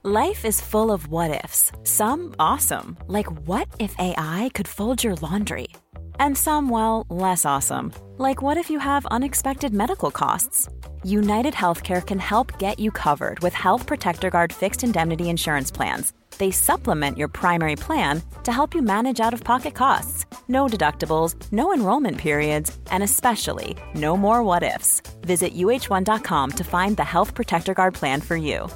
Life is full of what-ifs. Some awesome, like what if AI could fold your laundry? And some, well, less awesome, like what if you have unexpected medical costs? United Healthcare can help get you covered with Health Protector Guard fixed indemnity insurance plans. They supplement your primary plan to help you manage out-of-pocket costs. No deductibles, no enrollment periods, and especially no more what-ifs. Visit uh1.com to find the Health Protector Guard plan for you.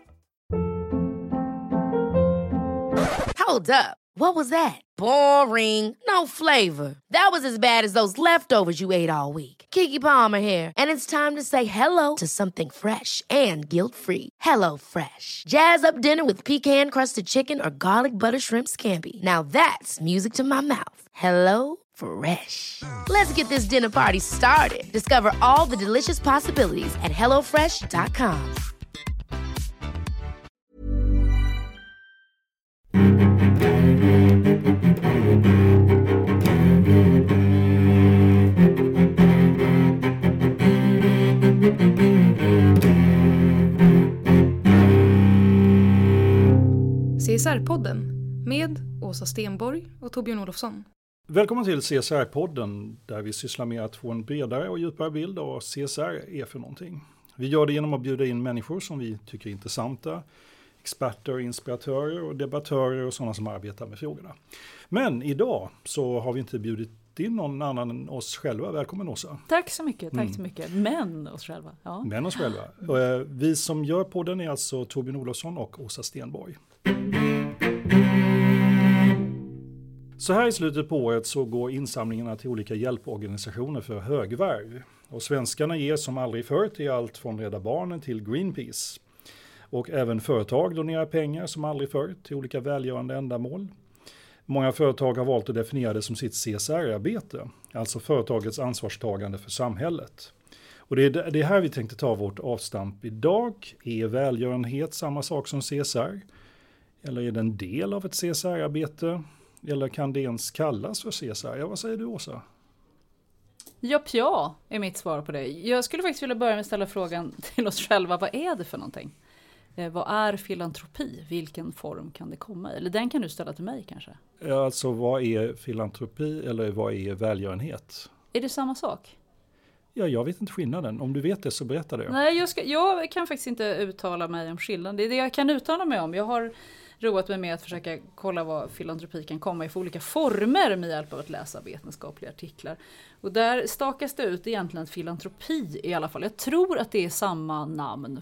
Hold up. What was that? Boring. No flavor. That was as bad as those leftovers you ate all week. Keke Palmer here, and it's time to say hello to something fresh and guilt-free. Hello Fresh. Jazz up dinner with pecan-crusted chicken or garlic butter shrimp scampi. Now that's music to my mouth. Hello Fresh. Let's get this dinner party started. Discover all the delicious possibilities at hellofresh.com. CSR-podden med Åsa Stenborg och Torbjörn Olofsson. Välkommen till CSR-podden där vi sysslar med att få en bredare och djupare bild av vad CSR är för någonting. Vi gör det genom att bjuda in människor som vi tycker är intressanta, experter, inspiratörer och debattörer och sådana som arbetar med frågorna. Men idag så har vi inte bjudit in någon annan än oss själva. Välkommen Åsa. Tack så mycket, tack så mycket. Men oss själva. Ja. Men oss själva. Vi som gör podden är alltså Torbjörn Olofsson och Åsa Stenborg. Så här i slutet på året så går insamlingarna till olika hjälporganisationer för högvärv. Och svenskarna ger som aldrig förr till allt från Rädda Barnen till Greenpeace. Och även företag donerar pengar som aldrig förr till olika välgörande ändamål. Många företag har valt att definiera det som sitt CSR-arbete, alltså företagets ansvarstagande för samhället. Och det är här vi tänkte ta vårt avstamp idag. Är välgörenhet samma sak som CSR? Eller är det en del av ett CSR-arbete? Eller kan det ens kallas för CSR? Ja, vad säger du Åsa? Ja, är mitt svar på det. Jag skulle faktiskt vilja börja med att ställa frågan till oss själva. Vad är det för någonting? Vad är filantropi? Vilken form kan det komma i? Eller den kan du ställa till mig kanske? Ja, alltså vad är filantropi eller vad är välgörenhet? Är det samma sak? Ja, jag vet inte skillnaden. Om du vet det så berätta det. Nej, jag kan faktiskt inte uttala mig om skillnaden. Det är det jag kan uttala mig om. Jag har roat mig med att försöka kolla vad filantropi kan komma i för olika former med hjälp av att läsa vetenskapliga artiklar. Och där stakas det ut egentligen att filantropi i alla fall. Jag tror att det är samma namn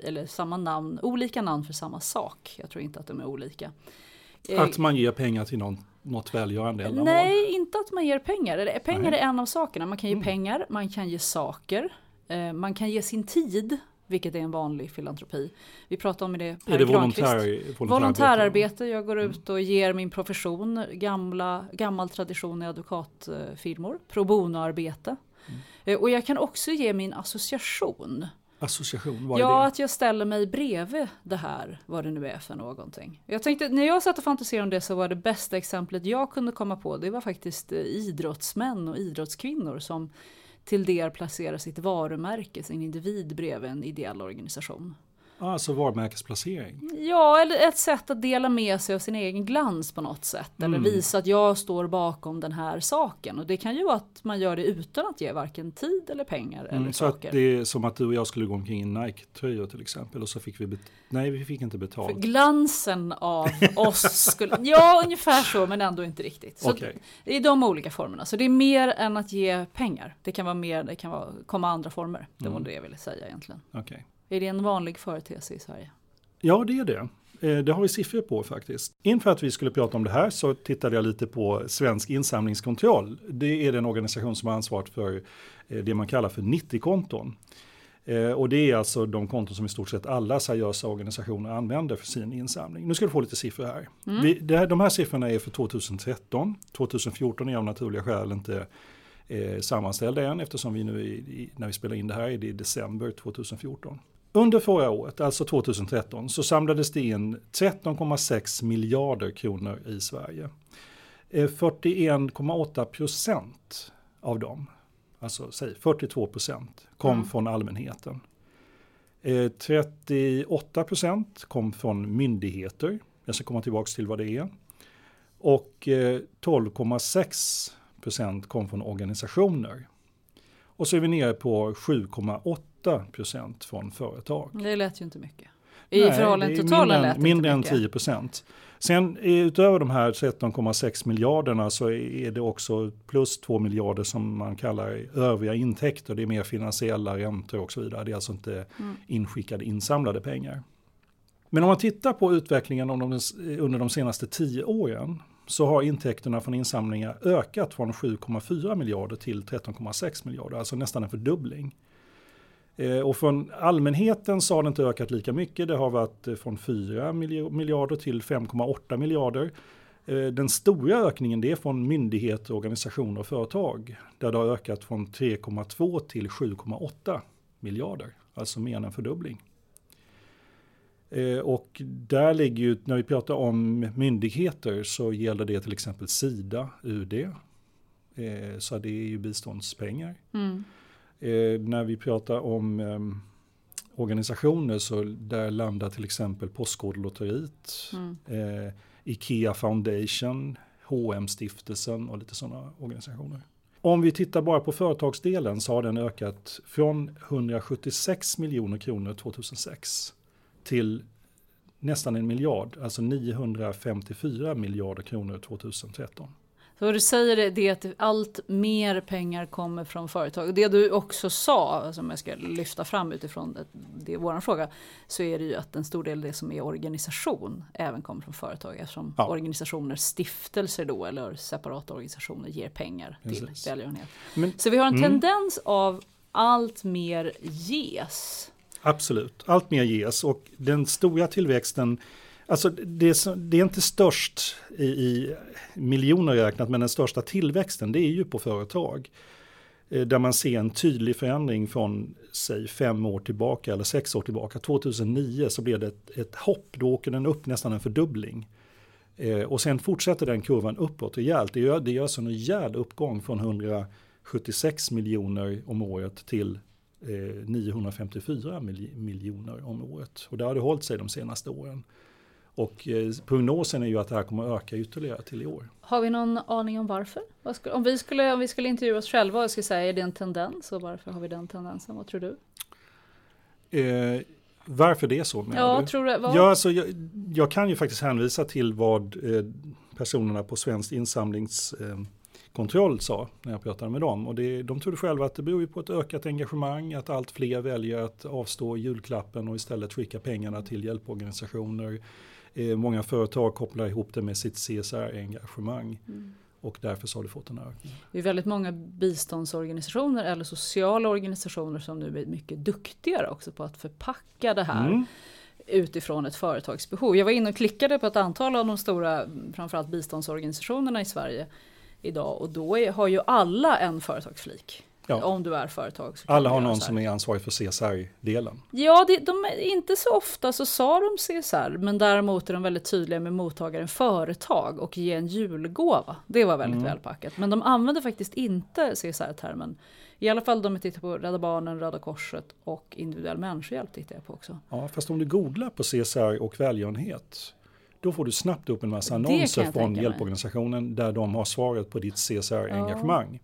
olika namn för samma sak. Jag tror inte att de är olika. Att man ger pengar till något välgörande ändamål? Nej, inte att man ger pengar. Pengar är en av sakerna. Man kan ge pengar, man kan ge saker, man kan ge sin tid, vilket är en vanlig filantropi. Vi pratar om det Per Granqvist. Volontärarbete. Jag går ut och ger min profession, gammal tradition i advokatfirmor, pro bono-arbete. Och jag kan också ge min association. Association, vad är ja, det? Att jag ställer mig bredvid det här, vad det nu är för någonting. Jag tänkte, när jag satt och fantiserade om det så var det bästa exemplet jag kunde komma på, det var faktiskt idrottsmän och idrottskvinnor som till det placerar sitt varumärke, sin individ bredvid en ideell organisation. Alltså varumärkesplacering? Ja, eller ett sätt att dela med sig av sin egen glans på något sätt. Eller visa att jag står bakom den här saken. Och det kan ju vara att man gör det utan att ge varken tid eller pengar eller så saker. Att det är som att du och jag skulle gå omkring i en Nike-tröja till exempel. Och så fick vi fick inte betalt. För glansen av oss skulle... Ja, ungefär så, men ändå inte riktigt. Så okay. Det är de olika formerna. Så det är mer än att ge pengar. Det kan vara mer, det kan komma andra former. Det var det jag ville säga egentligen. Okay. Är det en vanlig företeelse i Sverige? Ja, det är det. Det har vi siffror på faktiskt. Inför att vi skulle prata om det här så tittade jag lite på Svensk insamlingskontroll. Det är den organisation som har ansvarat för det man kallar för 90-konton. Och det är alltså de konton som i stort sett alla seriösa organisationer använder för sin insamling. Nu ska du få lite siffror här. De här siffrorna är för 2013. 2014 är av naturliga skäl inte sammanställda än eftersom vi nu när vi spelar in det här är det i december 2014. Under förra året, alltså 2013, så samlades det in 13,6 miljarder kronor i Sverige. 41,8% av dem, alltså säg 42%, kom från allmänheten. 38% kom från myndigheter. Jag ska komma tillbaka till vad det är. Och 12,6% kom från organisationer. Och så är vi nere på 7,8% från företag. Det lät ju inte mycket. I förhållande till totalen lät det mindre inte än 10%. Sen utöver de här 13,6 miljarderna så är det också plus 2 miljarder som man kallar övriga intäkter. Det är mer finansiella räntor och så vidare. Det är alltså inte inskickade insamlade pengar. Men om man tittar på utvecklingen under de senaste 10 åren så har intäkterna från insamlingar ökat från 7,4 miljarder till 13,6 miljarder. Alltså nästan en fördubbling. Och från allmänheten så har det inte ökat lika mycket. Det har varit från 4 miljarder till 5,8 miljarder. Den stora ökningen det är från myndigheter, organisationer och företag. Där det har ökat från 3,2 till 7,8 miljarder. Alltså mer än en fördubbling. Och där ligger ju, när vi pratar om myndigheter så gäller det till exempel Sida, UD. Så det är ju biståndspengar. När vi pratar om organisationer så där landar till exempel Postkodlotteriet, IKEA Foundation, H&M-stiftelsen och lite sådana organisationer. Om vi tittar bara på företagsdelen så har den ökat från 176 miljoner kronor 2006 till nästan 1 miljard, alltså 954 miljarder kronor 2013. Så vad du säger är att allt mer pengar kommer från företag. Och det du också sa, som jag ska lyfta fram utifrån det är vår fråga, så är det ju att en stor del av det som är organisation även kommer från företag. Eftersom organisationer, stiftelser då, eller separata organisationer ger pengar till välgörenhet. Så vi har en tendens av allt mer ges. Absolut, allt mer ges och den stora tillväxten, alltså det är inte störst i miljoner räknat, men den största tillväxten det är ju på företag. Där man ser en tydlig förändring från säg 5 år tillbaka eller 6 år tillbaka. 2009 så blev det ett hopp, då åker den upp nästan en fördubbling. Och sen fortsätter den kurvan uppåt rejält. Det gör så en rejäl uppgång från 176 miljoner om året till 954 miljoner om året. Och där har det hållit sig de senaste åren. Och prognosen är ju att det här kommer att öka ytterligare till i år. Har vi någon aning om varför? Om vi skulle intervjua oss själva och skulle säga är det en tendens och varför har vi den tendensen? Vad tror du? Varför det är så menar du? Tror du? Jag kan ju faktiskt hänvisa till vad personerna på Svensk insamlingskontroll sa när jag pratade med dem. Och de trodde själva att det beror på ett ökat engagemang, att allt fler väljer att avstå julklappen och istället skicka pengarna till hjälporganisationer. Många företag kopplar ihop det med sitt CSR-engagemang. Och därför så har det fått en ökning. Det är väldigt många biståndsorganisationer eller sociala organisationer som nu är mycket duktigare också på att förpacka det här utifrån ett företagsbehov. Jag var inne och klickade på ett antal av de stora, framförallt biståndsorganisationerna i Sverige idag. Och då har ju alla en företagsflik. Ja. Om du är företag. Så alla har någon som är ansvarig för CSR-delen. Ja, inte så ofta så sa de CSR. Men däremot är de väldigt tydliga med mottagaren företag och ge en julgåva. Det var väldigt välpackat. Men de använder faktiskt inte CSR-termen. I alla fall de tittar på Rädda Barnen, Röda Korset och individuell människohjälp tittar jag på också. Ja, fast om du googlar på CSR och välgörenhet, då får du snabbt upp en massa annonser från hjälporganisationen där de har svaret på ditt CSR-engagemang.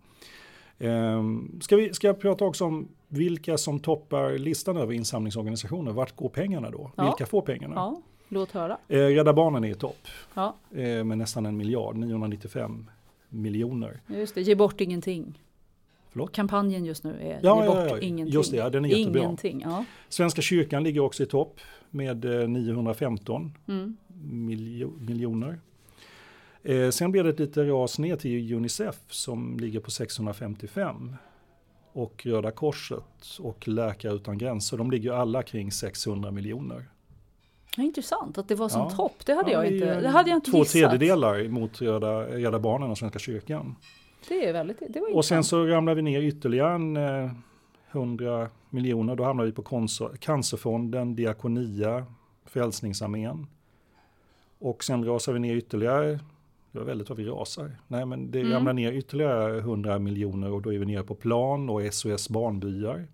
Ska jag prata också om vilka som toppar listan över insamlingsorganisationer? Vart går pengarna då? Vilka får pengarna? Ja, låt höra. Rädda Barnen är i topp med nästan 1 miljard, 995 miljoner. Just det, ge bort ingenting. Förlåt? Kampanjen just nu är ge bort ingenting. Just det, den är jättebra. Ingenting, ja. Svenska kyrkan ligger också i topp med 915 miljoner. Sen blir det ett lite ras ner till Unicef som ligger på 655 och Röda Korset och Läkare utan gränser, de ligger alla kring 600 miljoner. Ja, intressant att det var som topp, det hade jag inte 2 tredjedelar mot Rädda Barnen och Svenska kyrkan. Det var intressant. Och sen så ramlar vi ner ytterligare 100 miljoner, då hamnar vi på Cancerfonden, Diakonia, Frälsningsarmén. Och sen rasar vi ner ytterligare. Det var väldigt vad vi rasar. Nej, men det ramlar ner ytterligare 100 miljoner och då är vi nere på Plan och SOS Barnbyar.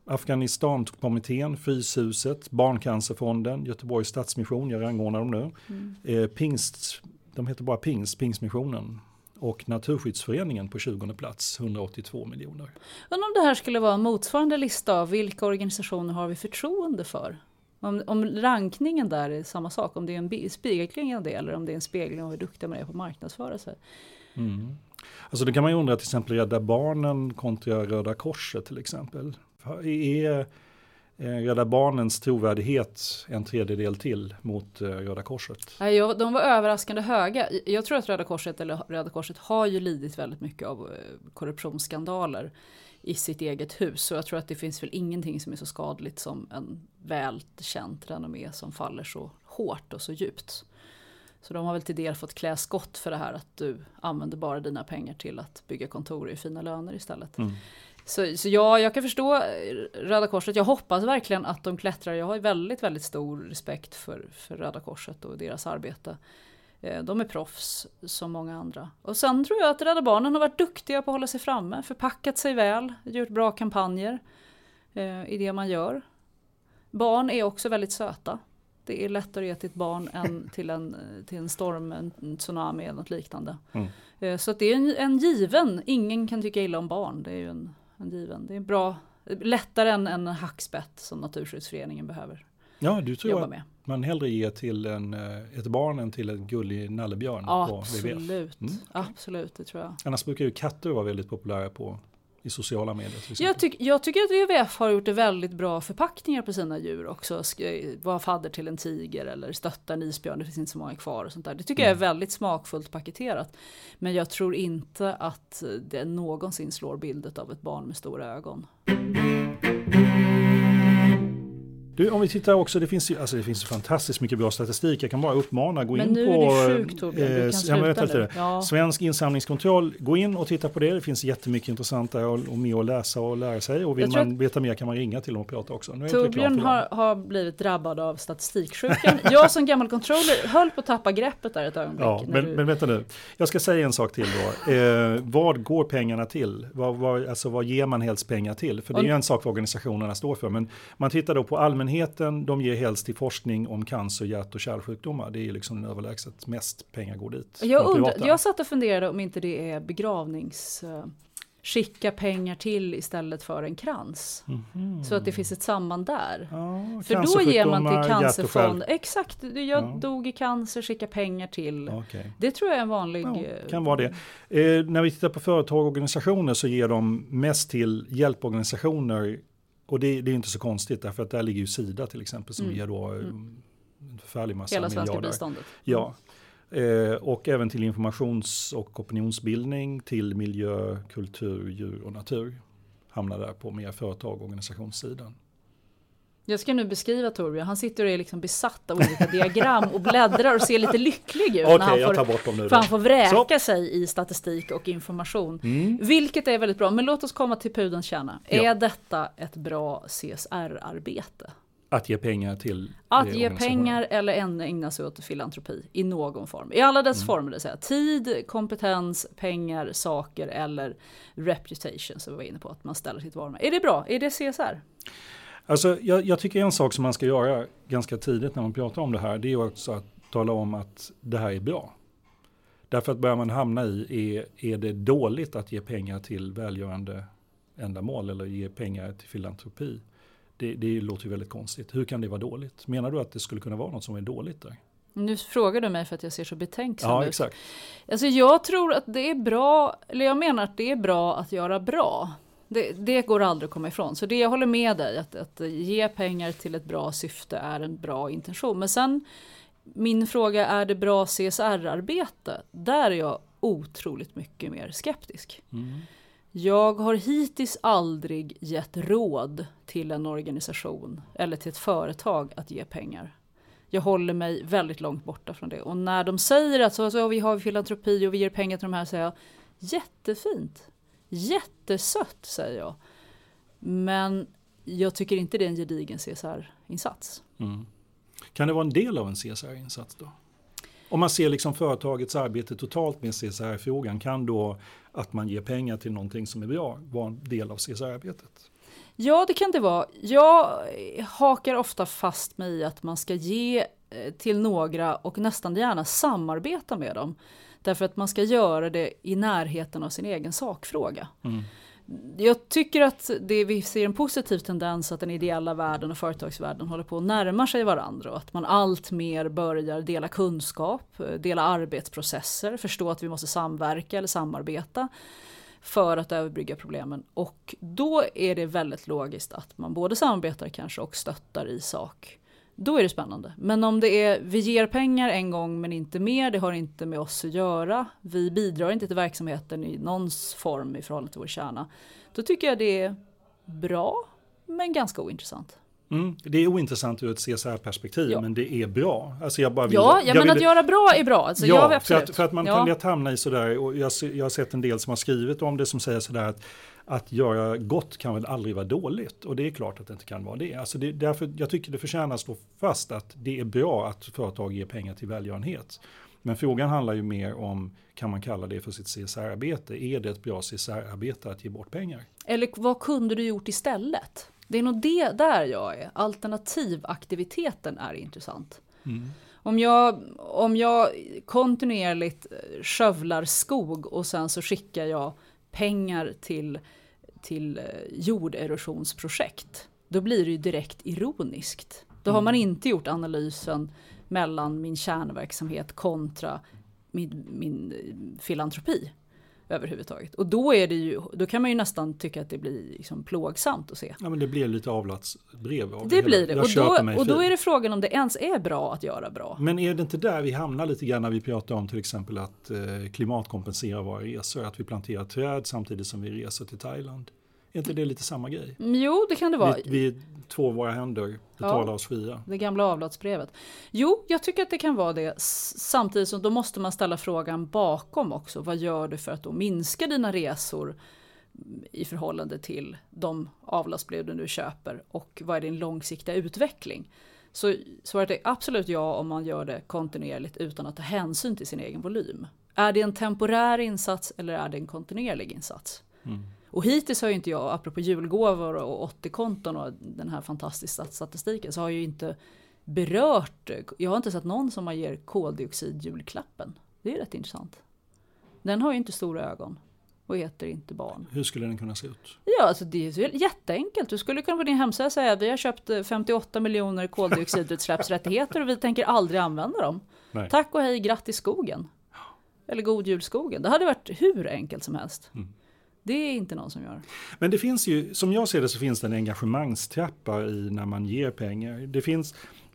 Afghanistankommittén, Fryshuset, Barncancerfonden, Göteborgs Stadsmission, jag rangordnar dem nu. Pingst, de heter bara Pingstmissionen. Och Naturskyddsföreningen på 20:e plats, 182 miljoner. Men om det här skulle vara en motsvarande lista av vilka organisationer har vi förtroende för? Om rankningen där är samma sak, om det är en spegling av det eller om det är en spegling av hur duktiga man är på marknadsföra sig. Alltså det kan man ju undra till exempel Rädda Barnen kontra Röda Korset till exempel. Är Rädda Barnens trovärdighet en tredjedel till mot Röda Korset? Ja, de var överraskande höga. Jag tror att Röda Korset har ju lidit väldigt mycket av korruptionsskandaler i sitt eget hus. Så jag tror att det finns väl ingenting som är så skadligt som en välkänt renommé som faller så hårt och så djupt. Så de har väl till del fått klä skott för det här att du använder bara dina pengar till att bygga kontor i fina löner istället. Så jag kan förstå Röda Korset. Jag hoppas verkligen att de klättrar. Jag har väldigt, väldigt stor respekt för Röda Korset och deras arbete. De är proffs som många andra. Och sen tror jag att Rädda Barnen har varit duktiga på att hålla sig framme. Förpackat sig väl, gjort bra kampanjer i det man gör. Barn är också väldigt söta. Det är lättare att ge till ett barn än till en storm, en tsunami eller något liknande. Så att det är en given. Ingen kan tycka illa om barn. Det är ju en given. Det är bra, lättare än en hackspett som Naturskyddsföreningen behöver. Ja, du tror jobba att med. Man hellre ger till ett barn än till en gullig nallebjörn på WWF. Absolut, det tror jag. Annars brukar ju katter vara väldigt populära i sociala medier. Jag tycker att WWF har gjort väldigt bra förpackningar på sina djur också. Vara fadder till en tiger eller stötta en isbjörn, det finns inte så många kvar och sånt där. Det tycker jag är väldigt smakfullt paketerat. Men jag tror inte att det någonsin slår bildet av ett barn med stora ögon. Du, om vi tittar också, det finns ju fantastiskt mycket bra statistik. Jag kan bara uppmana, gå in på... Men nu är det sjukt, Torbjörn. Du kan sluta nu. Ja. Svensk insamlingskontroll, gå in och titta på det. Det finns jättemycket intressant där och med att läsa och lära sig. Och vill man veta mer kan man ringa till dem och prata också. Torbjörn har blivit drabbad av statistiksjukan. Jag som gammal controller höll på att tappa greppet där ett ögonblick. Ja, men vänta nu. Jag ska säga en sak till då. Vad går pengarna till? Vad ger man helst pengar till? För det är ju en sak vad organisationerna står för. Men man tittar då på allmänheten, de ger helst till forskning om cancer, hjärt- och kärlsjukdomar. Det är liksom den överlägset mest pengar går dit. Jag satt och funderade om inte det är skicka pengar till istället för en krans. Så att det finns ett samband där. Ja, för då ger man till cancerfond. Exakt, jag dog i cancer, skicka pengar till. Okay. Det tror jag är en vanlig... kan vara det. När vi tittar på företag och organisationer så ger de mest till hjälporganisationer. Och det är inte så konstigt därför att där ligger ju Sida till exempel som ger då en förfärlig massa hela miljarder. Svenska biståndet. Ja, och även till informations- och opinionsbildning, till miljö, kultur, djur och natur. Hamnar där på mer företag- och organisationssidan. Jag ska nu beskriva Torbjörn. Han sitter och är liksom besatt av olika diagram och bläddrar och ser lite lycklig ut. Okej, jag tar bort dem nu. För han får vräka sig i statistik och information. Vilket är väldigt bra. Men låt oss komma till pudelns kärna. Ja. Är detta ett bra CSR-arbete? Att ge pengar till att ge pengar eller ägna sig åt filantropi i någon form. I alla dess former, det vill säga tid, kompetens, pengar, saker eller reputation som vi var inne på att man ställer sitt varumärke. Är det bra? Är det CSR? Alltså, jag tycker en sak som man ska göra ganska tidigt när man pratar om det här, det är också att tala om att det här är bra. Därför att börjar man hamna är det dåligt att ge pengar till välgörande ändamål eller ge pengar till filantropi. Det låter ju väldigt konstigt. Hur kan det vara dåligt? Menar du att det skulle kunna vara något som är dåligt där? Nu frågar du mig för att jag ser så betänksam ut. Exakt. Alltså jag tror att det är bra, eller jag menar att det är bra att göra bra. Det går aldrig att komma ifrån. Så det jag håller med dig, att ge pengar till ett bra syfte är en bra intention. Men sen, min fråga, är det bra CSR-arbete? Där är jag otroligt mycket mer skeptisk. Jag har hittills aldrig gett råd till en organisation eller till ett företag att ge pengar. Jag håller mig väldigt långt borta från det. Och när de säger att så vi har filantropi och vi ger pengar till de här, säger jag, jättefint. Jättesött, säger jag. Men jag tycker inte det är en gedigen CSR-insats. Kan det vara en del av en CSR-insats då? Om man ser liksom företagets arbete totalt med CSR-frågan, kan då att man ger pengar till någonting som är bra vara en del av CSR-arbetet? Ja, det kan det vara. Jag hakar ofta fast mig i att man ska ge till några och nästan gärna samarbeta med dem. Därför att man ska göra det i närheten av sin egen sakfråga. Jag tycker att vi ser en positiv tendens att den ideella världen och företagsvärlden håller på att närma sig varandra och att man allt mer börjar dela kunskap, dela arbetsprocesser, förstå att vi måste samverka eller samarbeta för att överbrygga problemen. Och då är det väldigt logiskt att man både samarbetar kanske och stöttar i sak. Då är det spännande. Men om det är vi ger pengar en gång men inte mer, det har inte med oss att göra. Vi bidrar inte till verksamheten i någons form i förhållande till vår kärna. Då tycker jag det är bra men ganska ointressant. Det är ointressant ur ett CSR-perspektiv, men det är bra. Alltså att göra bra är bra. Alltså, för att man kan lätt hamna i sådär, och jag har sett en del som har skrivit om det som säger sådär att göra gott kan väl aldrig vara dåligt. Och det är klart att det inte kan vara det. Alltså därför jag tycker det förtjänar att slå fast att det är bra att företag ger pengar till välgörenhet. Men frågan handlar ju mer om, kan man kalla det för sitt CSR-arbete? Är det ett bra CSR-arbete att ge bort pengar? Eller vad kunde du gjort istället? Det är nog det där jag är. Alternativaktiviteten är intressant. Om jag kontinuerligt skövlar skog och sen så skickar jag pengar till jorderosionsprojekt, då blir det ju direkt ironiskt. Då har man inte gjort analysen mellan min kärnverksamhet kontra min filantropi överhuvudtaget. Och då kan man ju nästan tycka att det blir liksom plågsamt att se. Ja, men det blir lite avlatsbrev av det blir det. Och då är det frågan om det ens är bra att göra bra. Men är det inte där vi hamnar lite grann när vi pratar om till exempel att klimatkompensera våra resor, att vi planterar träd samtidigt som vi reser till Thailand? Är inte det lite samma grej? Jo, det kan det vara. Vi tvår våra händer, betalar oss fria. Det gamla avlatsbrevet. Jo, jag tycker att det kan vara det. Samtidigt som då måste man ställa frågan bakom också. Vad gör du för att då minska dina resor i förhållande till de avlatsbrev du nu köper? Och vad är din långsiktiga utveckling? Så svaret är absolut ja om man gör det kontinuerligt utan att ta hänsyn till sin egen volym. Är det en temporär insats eller är det en kontinuerlig insats? Och hittills har ju inte jag, apropå julgåvor och 80-konton och den här fantastiska statistiken, så har jag ju inte berört, jag har inte sett någon som har ger koldioxid-julklappen. Det är rätt intressant. Den har ju inte stora ögon och heter inte barn. Hur skulle den kunna se ut? Ja, alltså det är jätteenkelt. Du skulle kunna på din hemsida säga att vi har köpt 58 miljoner koldioxidutsläppsrättigheter och vi tänker aldrig använda dem. Nej. Tack och hej, grattis skogen. Eller god jul skogen. Det hade varit hur enkelt som helst. Det är inte någon som gör. Men det finns ju, som jag ser det så finns det en engagemangstrappa i när man ger pengar. Det finns,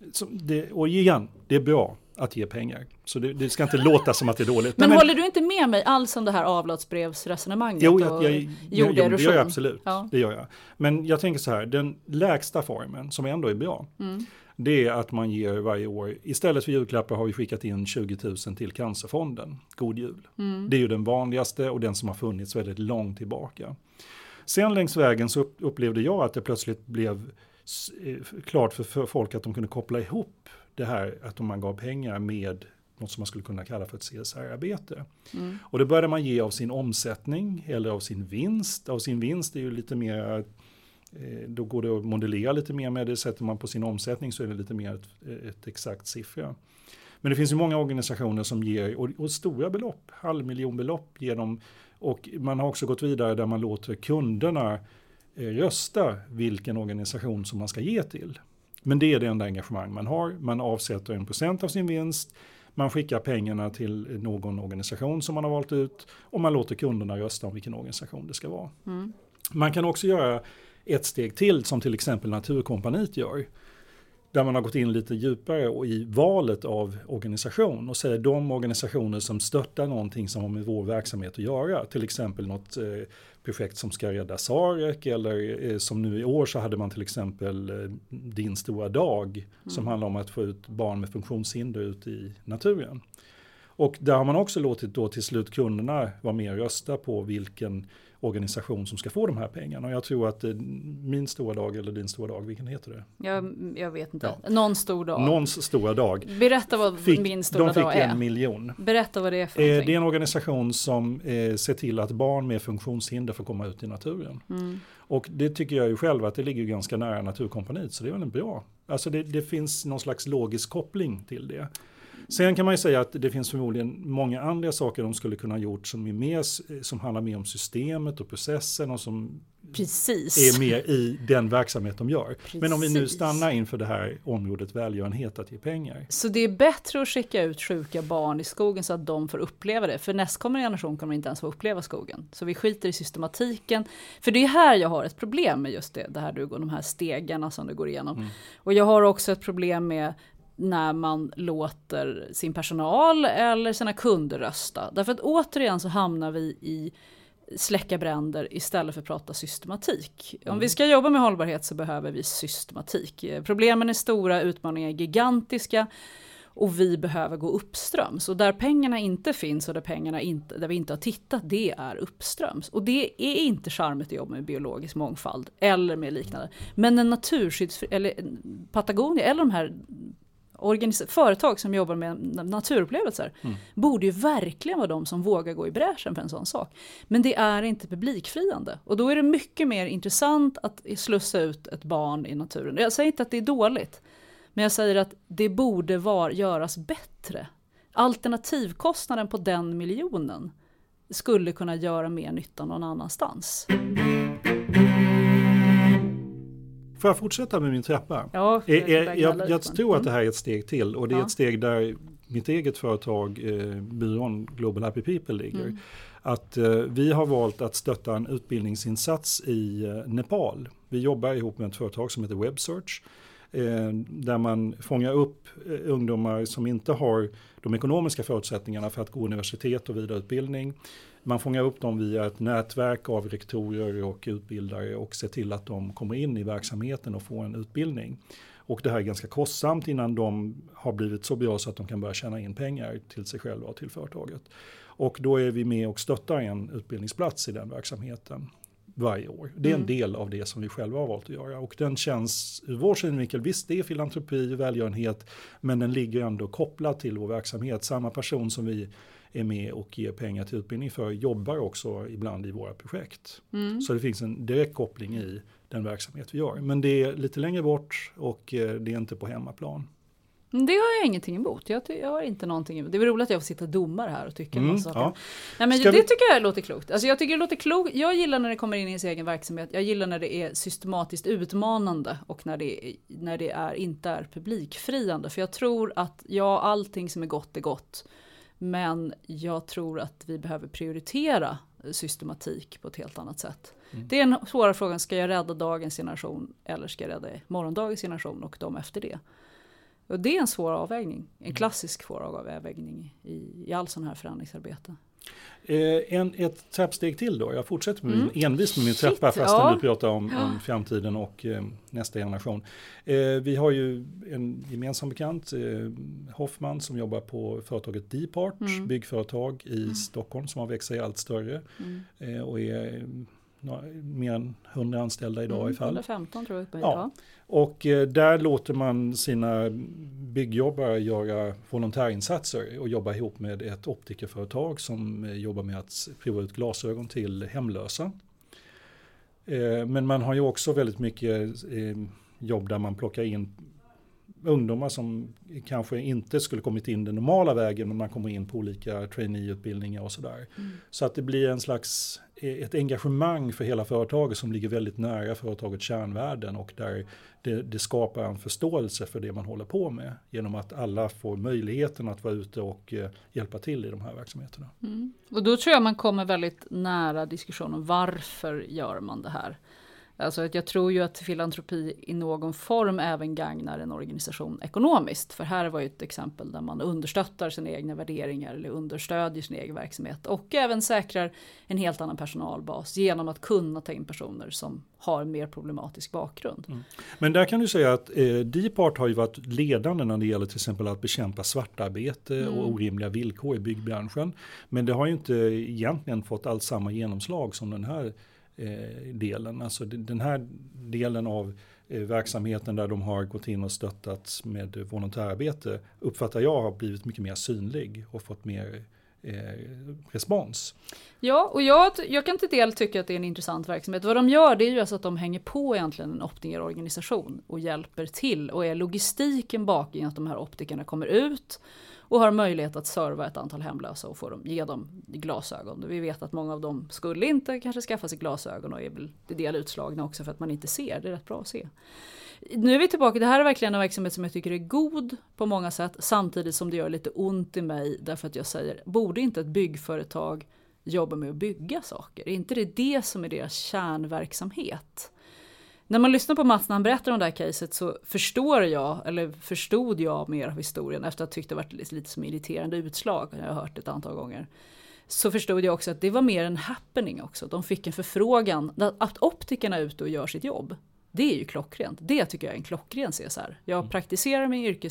och igen, det är bra att ge pengar. Så det ska inte låta som att det är dåligt. Men håller du inte med mig alls om det här avlatsbrevsresonemanget? Jo, det gör jag absolut. Ja. Det gör jag. Men jag tänker så här, den lägsta formen som ändå är bra, det är att man ger varje år, istället för julklappar har vi skickat in 20 000 till Cancerfonden. God jul. Det är ju den vanligaste och den som har funnits väldigt långt tillbaka. Sen längs vägen så upplevde jag att det plötsligt blev klart för folk att de kunde koppla ihop det här att om man gav pengar med något som man skulle kunna kalla för ett CSR-arbete. Och det började man ge av sin omsättning eller av sin vinst. Av sin vinst är ju lite mer, då går det att modellera lite mer med det. Sätter man på sin omsättning så är det lite mer ett exakt siffra. Men det finns ju många organisationer som ger, och stora belopp, 500 000 belopp ger dem. Och man har också gått vidare där man låter kunderna rösta vilken organisation som man ska ge till. Men det är det enda engagemang man har. Man avsätter 1% av sin vinst. Man skickar pengarna till någon organisation som man har valt ut. Och man låter kunderna rösta om vilken organisation det ska vara. Man kan också göra ett steg till som till exempel Naturkompaniet gör. Där man har gått in lite djupare och i valet av organisation och säger de organisationer som stöttar någonting som har med vår verksamhet att göra. Till exempel något projekt som ska rädda Sarek eller som nu i år så hade man till exempel Din stora dag som handlar om att få ut barn med funktionshinder ut i naturen. Och där har man också låtit då till slut kunderna vara med och rösta på vilken organisation som ska få de här pengarna. Och jag tror att min stora dag eller din stora dag, vilken heter det? Jag vet inte. Ja. Någons stora dag. Berätta vad min stora dag är. De fick 1 miljon. Berätta vad det är för någonting. Det är en organisation som ser till att barn med funktionshinder får komma ut i naturen. Och det tycker jag ju själv att det ligger ganska nära Naturkompaniet, så det är väl bra. Alltså det finns någon slags logisk koppling till det. Sen kan man ju säga att det finns förmodligen många andra saker de skulle kunna ha gjort som handlar mer om systemet och processen och som är mer i den verksamhet de gör. Precis. Men om vi nu stannar inför det här området välgörenhet att ge pengar. Så det är bättre att skicka ut sjuka barn i skogen så att de får uppleva det. För nästkommande generation kommer inte ens få uppleva skogen. Så vi skiter i systematiken. För det är här jag har ett problem med just det här du går, de här stegarna som du går igenom. Och jag har också ett problem med när man låter sin personal eller sina kunder rösta. Därför att återigen så hamnar vi i släcka bränder istället för att prata systematik. Om vi ska jobba med hållbarhet så behöver vi systematik. Problemen är stora, utmaningar är gigantiska och vi behöver gå uppströms. Och där pengarna inte finns och där vi inte har tittat, det är uppströms. Och det är inte charmigt att jobba med biologisk mångfald eller med liknande. Men en eller Patagonia eller de här företag som jobbar med naturupplevelser borde ju verkligen vara de som vågar gå i bräschen för en sån sak. Men det är inte publikfriande. Och då är det mycket mer intressant att slussa ut ett barn i naturen. Jag säger inte att det är dåligt, men jag säger att det borde göras bättre. Alternativkostnaden på den miljonen skulle kunna göra mer nytta någon annanstans. Får jag fortsätta med min trappa? Ja, jag tror att det här är ett steg till och det är ett steg där mitt eget företag, byrån Global Happy People ligger. Att vi har valt att stötta en utbildningsinsats i Nepal. Vi jobbar ihop med ett företag som heter WebSearch där man fångar upp ungdomar som inte har de ekonomiska förutsättningarna för att gå universitet och vidareutbildning. Man fångar upp dem via ett nätverk av rektorer och utbildare och ser till att de kommer in i verksamheten och får en utbildning. Och det här är ganska kostsamt innan de har blivit så bra så att de kan börja tjäna in pengar till sig själva och till företaget. Och då är vi med och stöttar en utbildningsplats i den verksamheten varje år. Det är en del av det som vi själva har valt att göra. Och den känns ur vår synvinkel, visst det är filantropi och välgörenhet, men den ligger ändå kopplad till vår verksamhet. Samma person som vi är med och ger pengar till utbildning för jobbar också ibland i våra projekt. Så det finns en direkt koppling i den verksamhet vi gör. Men det är lite längre bort och det är inte på hemmaplan. Det har jag ingenting emot. Jag har inte någonting emot. Det är väl roligt att jag får sitta domare här och tycka en massa saker. Ja. Nej, men det tycker jag låter klokt. Alltså jag tycker det låter klokt. Jag gillar när det kommer in i sin egen verksamhet. Jag gillar när det är systematiskt utmanande och när det inte är publikfriande. För jag tror att allting som är gott. Men jag tror att vi behöver prioritera systematik på ett helt annat sätt. Det är en svåra fråga. Ska jag rädda dagens generation eller ska jag rädda morgondagens generation och de efter det? Och det är en svår avvägning. En klassisk svår avvägning i all sån här förändringsarbete. Ett trappsteg till då. Jag fortsätter med envis med min trappa fastän du pratar om framtiden och nästa generation. Vi har ju en gemensam bekant, Hoffman, som jobbar på företaget Depart, byggföretag i Stockholm som har växt sig allt större och är mer än 100 anställda idag i fall. 115 tror jag. Ja. Och där låter man sina byggjobbare göra volontärinsatser och jobba ihop med ett optikerföretag som jobbar med att prova ut glasögon till hemlösa. Men man har ju också väldigt mycket jobb där man plockar in ungdomar som kanske inte skulle kommit in den normala vägen, men man kommer in på olika traineeutbildningar och sådär. Så att det blir en slags ett engagemang för hela företaget som ligger väldigt nära företagets kärnvärden och där det skapar en förståelse för det man håller på med genom att alla får möjligheten att vara ute och hjälpa till i de här verksamheterna. Och då tror jag man kommer väldigt nära diskussionen om varför gör man det här. Alltså att jag tror ju att filantropi i någon form även gagnar en organisation ekonomiskt. För här var ju ett exempel där man understöttar sina egna värderingar eller understödjer sin egen verksamhet. Och även säkrar en helt annan personalbas genom att kunna ta in personer som har mer problematisk bakgrund. Mm. Men där kan du säga att Dipart har ju varit ledande när det gäller till exempel att bekämpa svartarbete och orimliga villkor i byggbranschen. Men det har ju inte egentligen fått alls samma genomslag som den här delen. Alltså den här delen av verksamheten där de har gått in och stöttats med volontärarbete uppfattar jag har blivit mycket mer synlig och fått mer respons. Ja, och jag kan till del tycka att det är en intressant verksamhet. Vad de gör, det är ju alltså att de hänger på egentligen en optikerorganisation och hjälper till och är logistiken bak i att de här optikerna kommer ut och har möjlighet att serva ett antal hemlösa och ge dem glasögon. Vi vet att många av dem skulle inte kanske skaffa sig glasögon och är väl till del utslagna också för att man inte ser. Det är rätt bra att se. Nu är vi tillbaka. Det här är verkligen en verksamhet som jag tycker är god på många sätt, samtidigt som det gör lite ont i mig därför att jag säger, borde inte ett byggföretag jobba med att bygga saker? Är inte det som är deras kärnverksamhet? När man lyssnar på Mats när han berättar om det här caset så förstod jag mer av historien efter att ha tyckt det varit lite som irriterande utslag. Jag har hört det ett antal gånger. Så förstod jag också att det var mer en happening också. De fick en förfrågan att optikerna är ute och gör sitt jobb. Det är ju klockrent. Det tycker jag är en klockren CSR. Jag praktiserar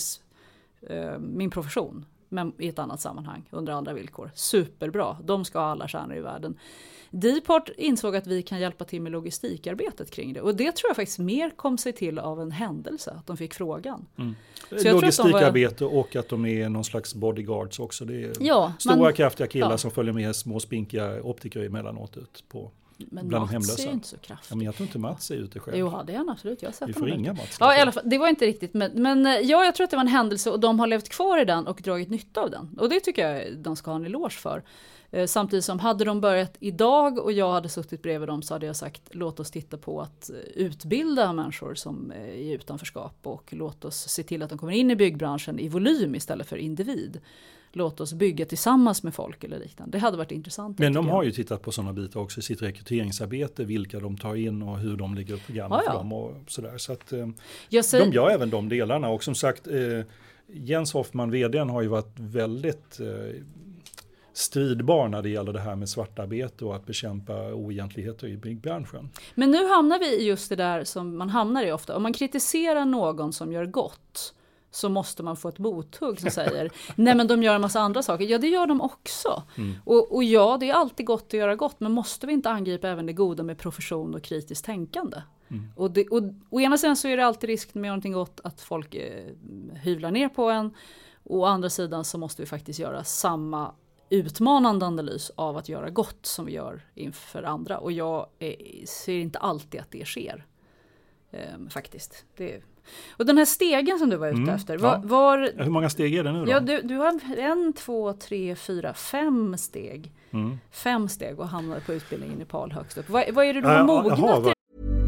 min profession, men i ett annat sammanhang, under andra villkor. Superbra. De ska ha alla stjärnor i världen. Dipart insåg att vi kan hjälpa till med logistikarbetet kring det. Och det tror jag faktiskt mer kom sig till av en händelse, att de fick frågan. Mm. Så logistikarbete och att de är någon slags bodyguards också. Det är stora kraftiga killar som följer med små spinkiga optiker emellanåt ut på. Men bland Mats hemlösa. är ju inte så kraftig. Ja, men jag tror inte Mats är ute själv. Jo, det är han absolut. Jag har sett vi får ringa Mats. Ja, i alla fall, det var inte riktigt. Men jag tror att det var en händelse och de har levt kvar i den och dragit nytta av den. Och det tycker jag de ska ha en eloge för. Samtidigt som hade de börjat idag och jag hade suttit bredvid dem så hade jag sagt låt oss titta på att utbilda människor som är i utanförskap och låt oss se till att de kommer in i byggbranschen i volym istället för individ. Låt oss bygga tillsammans med folk eller liknande. Det hade varit intressant. Men de har ju tittat på sådana bitar också i sitt rekryteringsarbete, vilka de tar in och hur de lägger upp program för dem och sådär. Så att de gör även de delarna. Och som sagt, Jens Hoffman, vdn, har ju varit väldigt stridbar när det gäller det här med svartarbete och att bekämpa oegentligheter i byggbranschen. Men nu hamnar vi i just det där som man hamnar i ofta. Om man kritiserar någon som gör gott så måste man få ett mothugg som säger nej men de gör en massa andra saker. Ja, det gör de också. Mm. Och ja, det är alltid gott att göra gott, men måste vi inte angripa även det goda med profession och kritiskt tänkande? Mm. Och å ena sidan så är det alltid risk med någonting gott att folk hyvlar ner på en. Och å andra sidan så måste vi faktiskt göra samma utmanande analys av att göra gott som vi gör inför andra. Och jag ser inte alltid att det sker. Faktiskt. Och den här stegen som du var ute efter. Hur många steg är det nu då? Ja, du har 1, 2, 3, 4, 5 steg. 5 steg och hamnar på utbildningen i Nepal högst upp. Vad är det du har mognat i?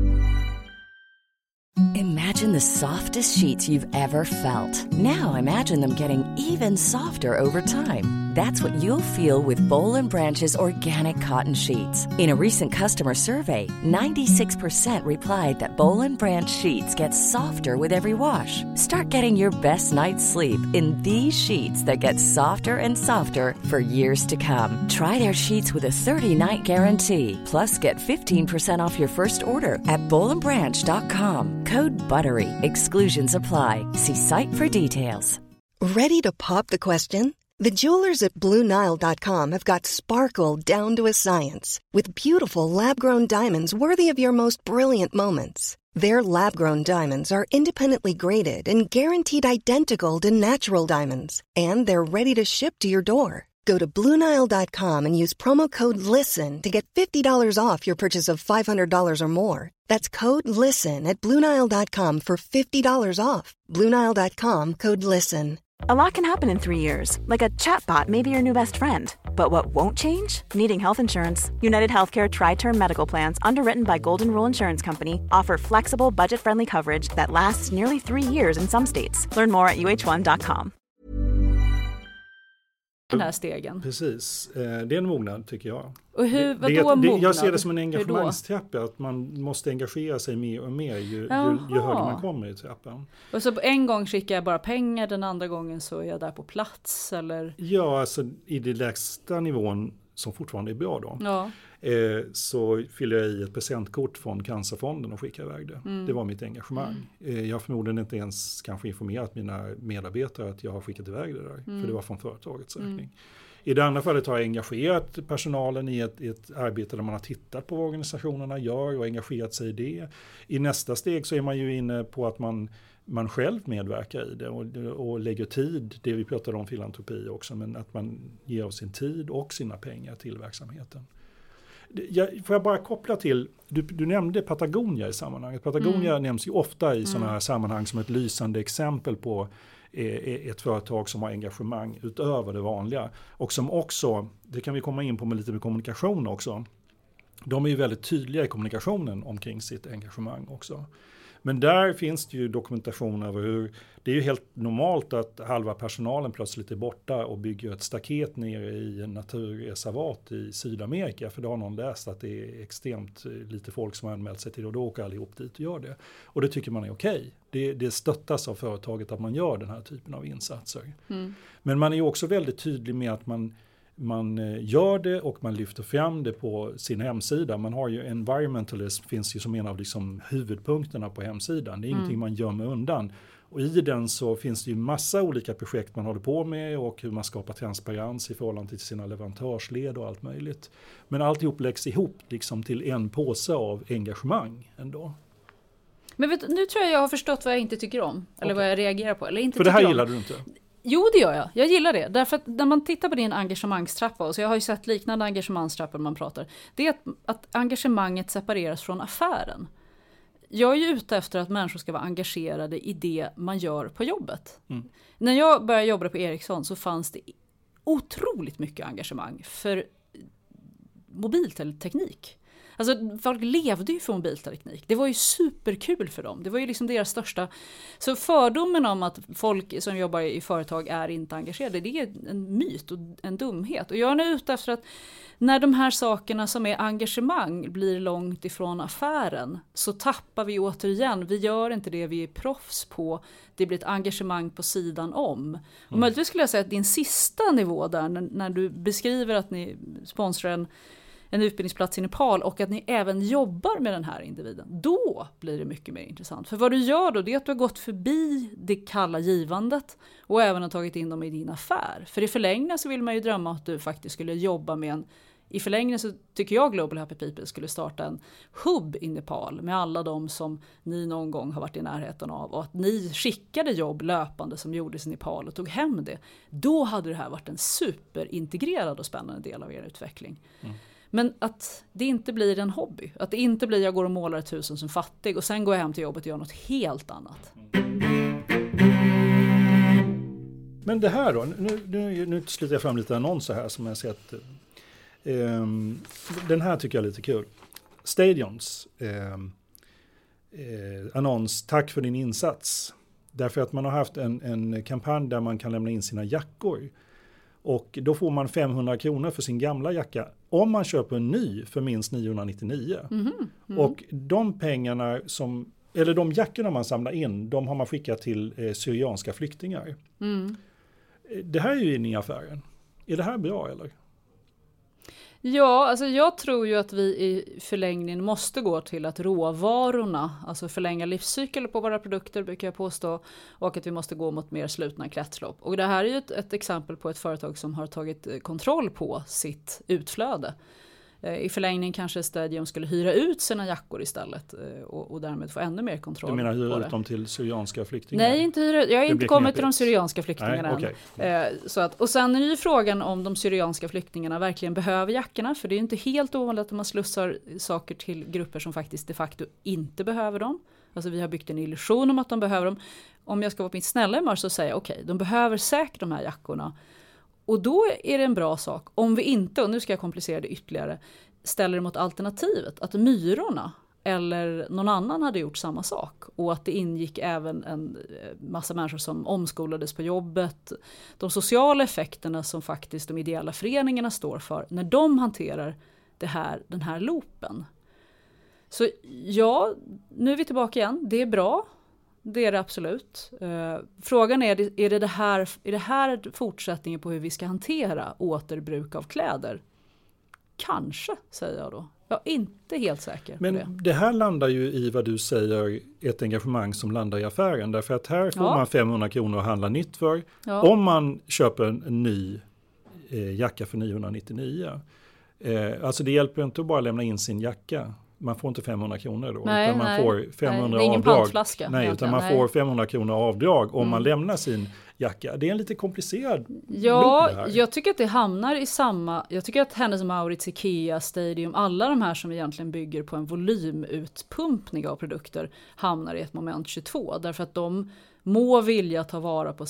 Imagine the softest sheets you've ever felt. Now imagine them getting even softer over time. That's what you'll feel with Boll & Branch's organic cotton sheets. In a recent customer survey, 96% replied that Boll & Branch sheets get softer with every wash. Start getting your best night's sleep in these sheets that get softer and softer for years to come. Try their sheets with a 30-night guarantee. Plus, get 15% off your first order at bollandbranch.com. Code BUTTERY. Exclusions apply. See site for details. Ready to pop the question? The jewelers at BlueNile.com have got sparkle down to a science with beautiful lab-grown diamonds worthy of your most brilliant moments. Their lab-grown diamonds are independently graded and guaranteed identical to natural diamonds, and they're ready to ship to your door. Go to BlueNile.com and use promo code LISTEN to get $50 off your purchase of $500 or more. That's code LISTEN at BlueNile.com for $50 off. BlueNile.com, code LISTEN. A lot can happen in 3 years, like a chatbot may be your new best friend. But what won't change? Needing health insurance. United Healthcare Tri-Term Medical Plans, underwritten by Golden Rule Insurance Company, offer flexible, budget-friendly coverage that lasts nearly 3 years in some states. Learn more at uh1.com. den här stegen? Precis, det är en mognad tycker jag. Och vadå mognad? Jag ser det som en engagemangstrappa, att man måste engagera sig mer och mer ju högre man kommer i trappan. Och så en gång skickar jag bara pengar, den andra gången så är jag där på plats? Eller? Ja, alltså i det lägsta nivån som fortfarande är bra då. Ja. Så fyller jag i ett presentkort från Cancerfonden och skickar iväg det. Det var mitt engagemang. Jag har förmodligen inte ens kanske informerat mina medarbetare att jag har skickat iväg det där. För det var från företagets räkning. I det andra fallet har jag engagerat personalen i ett arbete där man har tittat på vad organisationerna gör och engagerat sig i det. I nästa steg så är man ju inne på att man själv medverkar i det och lägger tid, det vi pratade om filantropi också, men att man ger av sin tid och sina pengar till verksamheten. Får jag bara koppla till, du nämnde Patagonia i sammanhanget. Patagonia nämns ju ofta i sådana här sammanhang som ett lysande exempel på ett företag som har engagemang utöver det vanliga. Och som också, det kan vi komma in på med lite med kommunikation också, de är ju väldigt tydliga i kommunikationen omkring sitt engagemang också. Men där finns det ju dokumentation över hur det är ju helt normalt att halva personalen plötsligt är borta och bygger ett staket nere i en naturreservat i Sydamerika. För då har någon läst att det är extremt lite folk som har anmält sig till och då åker allihop dit och gör det. Och det tycker man är okej. Det stöttas av företaget att man gör den här typen av insatser. Men man är ju också väldigt tydlig med att man gör det och man lyfter fram det på sin hemsida. Man har ju environmentalism, finns ju som en av liksom huvudpunkterna på hemsidan. Det är ingenting man gömmer undan. Och i den så finns det ju massa olika projekt man håller på med och hur man skapar transparens i förhållande till sina leverantörsled och allt möjligt. Men alltihop läggs ihop liksom till en påse av engagemang ändå. Men nu tror jag har förstått vad jag inte tycker om. Eller vad jag reagerar på. Eller inte för det här gillar du inte? Jo, det gör jag. Jag gillar det. Därför att när man tittar på din engagemangstrappa, och så jag har ju sett liknande engagemangstrappor man pratar, det är att engagemanget separeras från affären. Jag är ju ute efter att människor ska vara engagerade i det man gör på jobbet. När jag började jobba på Ericsson så fanns det otroligt mycket engagemang för mobilteknik. Alltså folk levde ju för mobilteknik. Det var ju superkul för dem. Det var ju liksom deras största. Så fördomen om att folk som jobbar i företag är inte engagerade, det är en myt och en dumhet. Och jag är nu ute efter att när de här sakerna som är engagemang blir långt ifrån affären så tappar vi återigen. Vi gör inte det vi är proffs på. Det blir ett engagemang på sidan om. Och möjligtvis skulle jag säga att din sista nivå där, när du beskriver att ni sponsrar en utbildningsplats i Nepal och att ni även jobbar med den här individen, då blir det mycket mer intressant. För vad du gör då, det är att du har gått förbi det kalla givandet och även har tagit in dem i din affär. För i förlängningen så vill man ju drömma att du faktiskt skulle jobba med i förlängningen så tycker jag Global Happy People skulle starta en hub i Nepal med alla de som ni någon gång har varit i närheten av och att ni skickade jobb löpande som gjordes i Nepal och tog hem det. Då hade det här varit en superintegrerad och spännande del av er utveckling. Men att det inte blir en hobby. Att det inte blir jag går och målar ett hus som fattig och sen går jag hem till jobbet och gör något helt annat. Men det här då, nu slutar jag fram lite annonser här som jag sett. Den här tycker jag är lite kul. Stadions annons, tack för din insats. Därför att man har haft en kampanj där man kan lämna in sina jackor. Och då får man 500 kronor för sin gamla jacka om man köper en ny för minst 999. Och de pengarna eller de jackorna man samlar in, de har man skickat till syrianska flyktingar. Det här är ju inne i affären. Är det här bra eller? Ja, alltså jag tror ju att vi i förlängningen måste gå till att råvarorna, alltså förlänga livscykeln på våra produkter brukar jag påstå, och att vi måste gå mot mer slutna kretslopp. Och det här är ju ett exempel på ett företag som har tagit kontroll på sitt utflöde. I förlängningen kanske Stadium skulle hyra ut sina jackor istället och därmed få ännu mer kontroll. Du menar hyra ut dem till syrianska flyktingar? Nej, inte hyra. Jag har inte kommit till de syrianska flyktingarna än. Okay. Och sen är ju frågan om de syrianska flyktingarna verkligen behöver jackorna. För det är ju inte helt ovanligt att man slussar saker till grupper som faktiskt de facto inte behöver dem. Alltså vi har byggt en illusion om att de behöver dem. Om jag ska vara på mitt snälla humör så säger jag okej, de behöver säkert de här jackorna. Och då är det en bra sak, om vi inte, och nu ska jag komplicera det ytterligare, ställer det mot alternativet, att myrorna eller någon annan hade gjort samma sak. Och att det ingick även en massa människor som omskolades på jobbet. De sociala effekterna som faktiskt de ideella föreningarna står för när de hanterar den här loopen. Så ja, nu är vi tillbaka igen. Det är bra. Det är det absolut. Frågan är det här fortsättningen på hur vi ska hantera återbruk av kläder? Kanske, säger jag då. Jag är inte helt säker Men på det. Det här landar ju i vad du säger, ett engagemang som landar i affären. Därför att här får man 500 kronor att handla nytt för. Ja. Om man köper en ny jacka för 999. Alltså det hjälper inte att bara lämna in sin jacka. Man får inte 500 kronor då. Nej, utan man får 500 ingen avdrag. pantflaska. Nej, utan man får 500 kronor avdrag om man lämnar sin jacka. Det är en lite komplicerad Ja, jag tycker att det hamnar i samma... Jag tycker att Hennes & Mauritz, Ikea, Stadium, alla de här som egentligen bygger på en volymutpumpning av produkter hamnar i ett moment 22. Därför att de må vilja ta vara på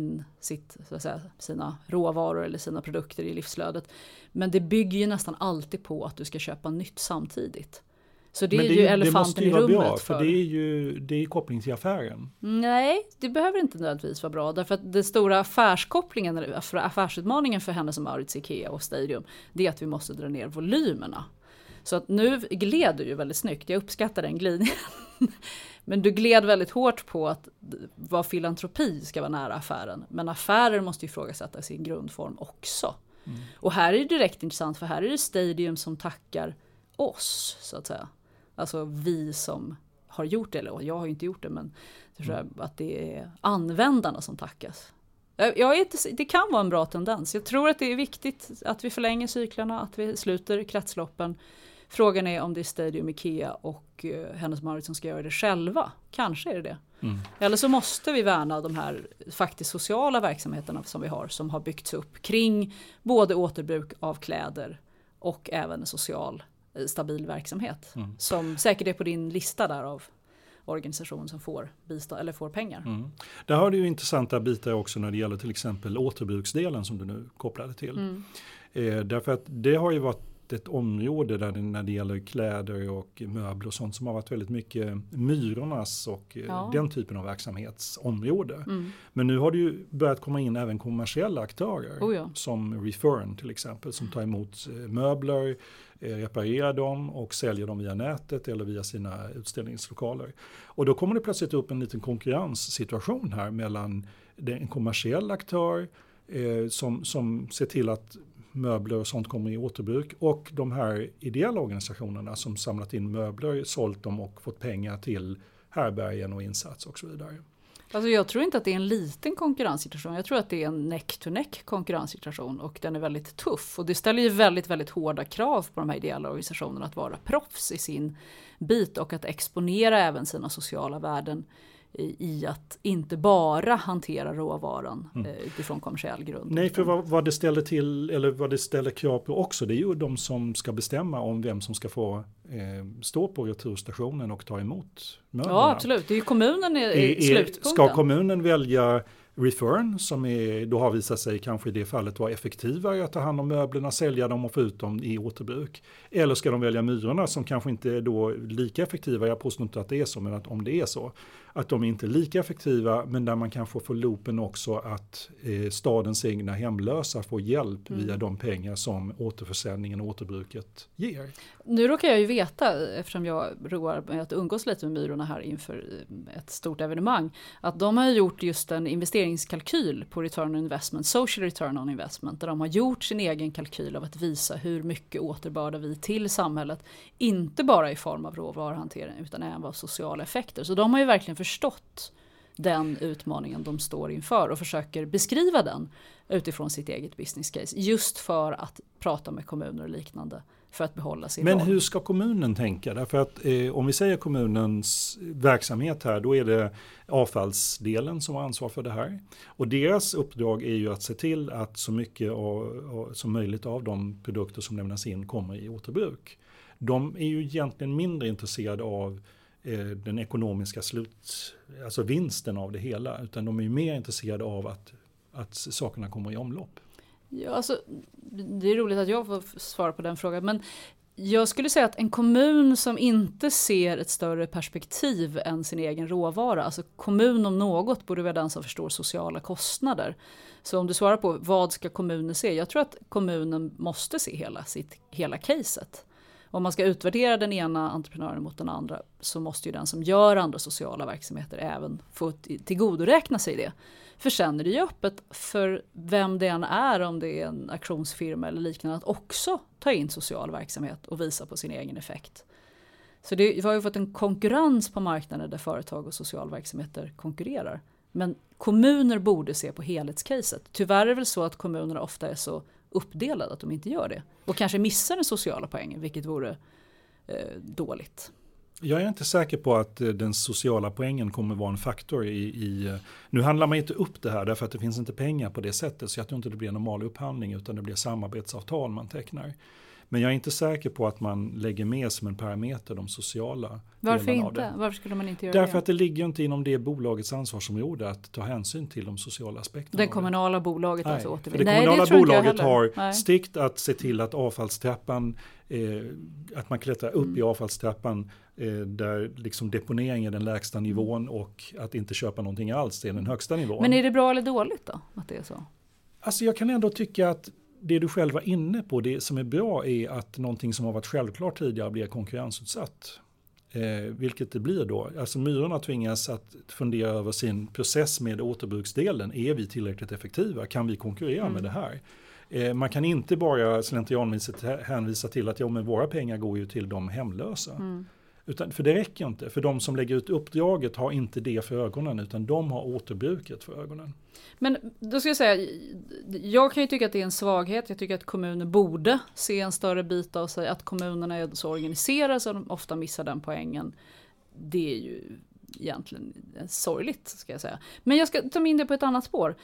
sina råvaror eller sina produkter i livsflödet. Men det bygger ju nästan alltid på att du ska köpa nytt samtidigt. Så det är ju elefanten i rummet. Det måste ju vara bra, för det är koppling till affären. Nej, det behöver inte nödvändigtvis vara bra. Därför att den stora affärskopplingen, affärsutmaningen för Hennes & Mauritz, Ikea och Stadium, det är att vi måste dra ner volymerna. Så att nu gled du ju väldigt snyggt. Jag uppskattar den glidningen. Men du gled väldigt hårt på att vad filantropi ska vara nära affären. Men affärer måste ju ifrågasätta sin grundform också. Mm. Och här är det direkt intressant, för här är det Stadium som tackar oss, så att säga. Alltså vi som har gjort det, eller jag har ju inte gjort det, men jag tror att det är användarna som tackas. Det kan vara en bra tendens. Jag tror att det är viktigt att vi förlänger cyklarna, att vi sluter kretsloppen. Frågan är om det är Stadium, Ikea och Hennes & Mauritz som ska göra det själva. Kanske är det det. Mm. Eller så måste vi värna de här faktiskt sociala verksamheterna som vi har, som har byggts upp kring både återbruk av kläder och även social stabil verksamhet. Mm. Som säkert är på din lista där av organisation som får bistånd eller får pengar. Mm. Där har du ju intressanta bitar också när det gäller till exempel återbruksdelen som du nu kopplade till. Därför att det har ju varit ett område där när det gäller kläder och möbler och sånt som har varit väldigt mycket myrornas och den typen av verksamhetsområde. Mm. Men nu har det ju börjat komma in även kommersiella aktörer som Refurn till exempel, som tar emot möbler, reparerar dem och säljer dem via nätet eller via sina utställningslokaler. Och då kommer det plötsligt upp en liten konkurrenssituation här mellan en kommersiell aktör som ser till att möbler och sånt kommer i återbruk och de här ideella organisationerna som samlat in möbler, sålt dem och fått pengar till härbärgen och insats och så vidare. Alltså jag tror inte att det är en liten konkurrenssituation. Jag tror att det är en neck-to-neck konkurrenssituation och den är väldigt tuff. Och det ställer ju väldigt, väldigt hårda krav på de här ideella organisationerna att vara proffs i sin bit och att exponera även sina sociala värden i att inte bara hantera råvaran utifrån kommersiell grund. Nej, för vad det ställer till, eller vad det ställer krav på också, det är ju de som ska bestämma om vem som ska få stå på returstationen och ta emot möblerna. Ja, absolut. Det är ju kommunen i slutpunkten. Ska kommunen välja Refurn som då har visat sig kanske i det fallet vara effektivare att ta hand om möblerna, sälja dem och få ut dem i återbruk? Eller ska de välja myrorna som kanske inte är då lika effektiva? Jag påstår inte att det är så, men att om det är så, att de inte är lika effektiva, men där man kanske får loopen också att stadens egna hemlösa får hjälp via de pengar som återförsäljningen och återbruket ger. Nu råkar jag ju veta, eftersom jag roar mig att umgås lite med myrorna här inför ett stort evenemang, att de har gjort just en investeringskalkyl på return on investment, social return on investment, där de har gjort sin egen kalkyl av att visa hur mycket återbördar vi till samhället, inte bara i form av råvaruhantering utan även av sociala effekter. Så de har ju verkligen förstått den utmaningen de står inför och försöker beskriva den utifrån sitt eget business case, just för att prata med kommuner och liknande för att behålla sin roll. Men hur ska kommunen tänka? Därför att om vi säger kommunens verksamhet här, då är det avfallsdelen som har ansvar för det här. Och deras uppdrag är ju att se till att så mycket som möjligt av de produkter som lämnas in kommer i återbruk. De är ju egentligen mindre intresserade av den ekonomiska alltså vinsten av det hela, utan de är ju mer intresserade av att sakerna kommer i omlopp. Ja, alltså, det är roligt att jag får svara på den frågan, men Jag skulle säga att en kommun som inte ser ett större perspektiv än sin egen råvara, alltså kommun om något borde vara den som förstår sociala kostnader. Så om du svarar på vad ska kommunen se? Jag tror att kommunen måste se hela caset. Om man ska utvärdera den ena entreprenören mot den andra så måste ju den som gör andra sociala verksamheter även få tillgodoräkna sig det. För sen är det ju öppet för vem det än är, om det är en auktionsfirma eller liknande, att också ta in social verksamhet och visa på sin egen effekt. Så vi har ju fått en konkurrens på marknaden där företag och social verksamheter konkurrerar. Men kommuner borde se på helhetscaset. Tyvärr är det väl så att kommunerna ofta är så uppdelade att de inte gör det. Och kanske missar den sociala poängen, vilket vore dåligt. Jag är inte säker på att den sociala poängen kommer vara en faktor nu handlar man inte upp det här därför att det finns inte pengar på det sättet, så jag tror inte det blir en normal upphandling utan det blir samarbetsavtal man tecknar. Men jag är inte säker på att man lägger med som en parameter de sociala Varför delarna inte? av det. Varför skulle man inte göra det? Därför att det ligger inte inom det bolagets ansvarsområde att ta hänsyn till de sociala aspekterna. Det kommunala bolaget Nej, alltså återvinner. Det kommunala bolaget har strikt att se till att avfallstrappan, att man klättrar upp i avfallstrappan där liksom deponering är den lägsta nivån och att inte köpa någonting alls är den högsta nivån. Men är det bra eller dåligt då att det är så? Alltså jag kan ändå tycka att det du själv var inne på, det som är bra är att någonting som har varit självklart tidigare blir konkurrensutsatt. Vilket det blir då. Alltså Myrorna tvingas att fundera över sin process med återbruksdelen. Är vi tillräckligt effektiva? Kan vi konkurrera med det här? Man kan inte bara slentrianmässigt hänvisa till att men våra pengar går ju till de hemlösa. För det räcker inte. För de som lägger ut uppdraget har inte det för ögonen utan de har återbruket för ögonen. Men då ska jag säga, jag kan ju tycka att det är en svaghet. Jag tycker att kommuner borde se en större bit av sig. Att kommunerna är så organiserade så de ofta missar den poängen. Det är ju egentligen sorgligt ska jag säga. Men jag ska ta in det på ett annat spår.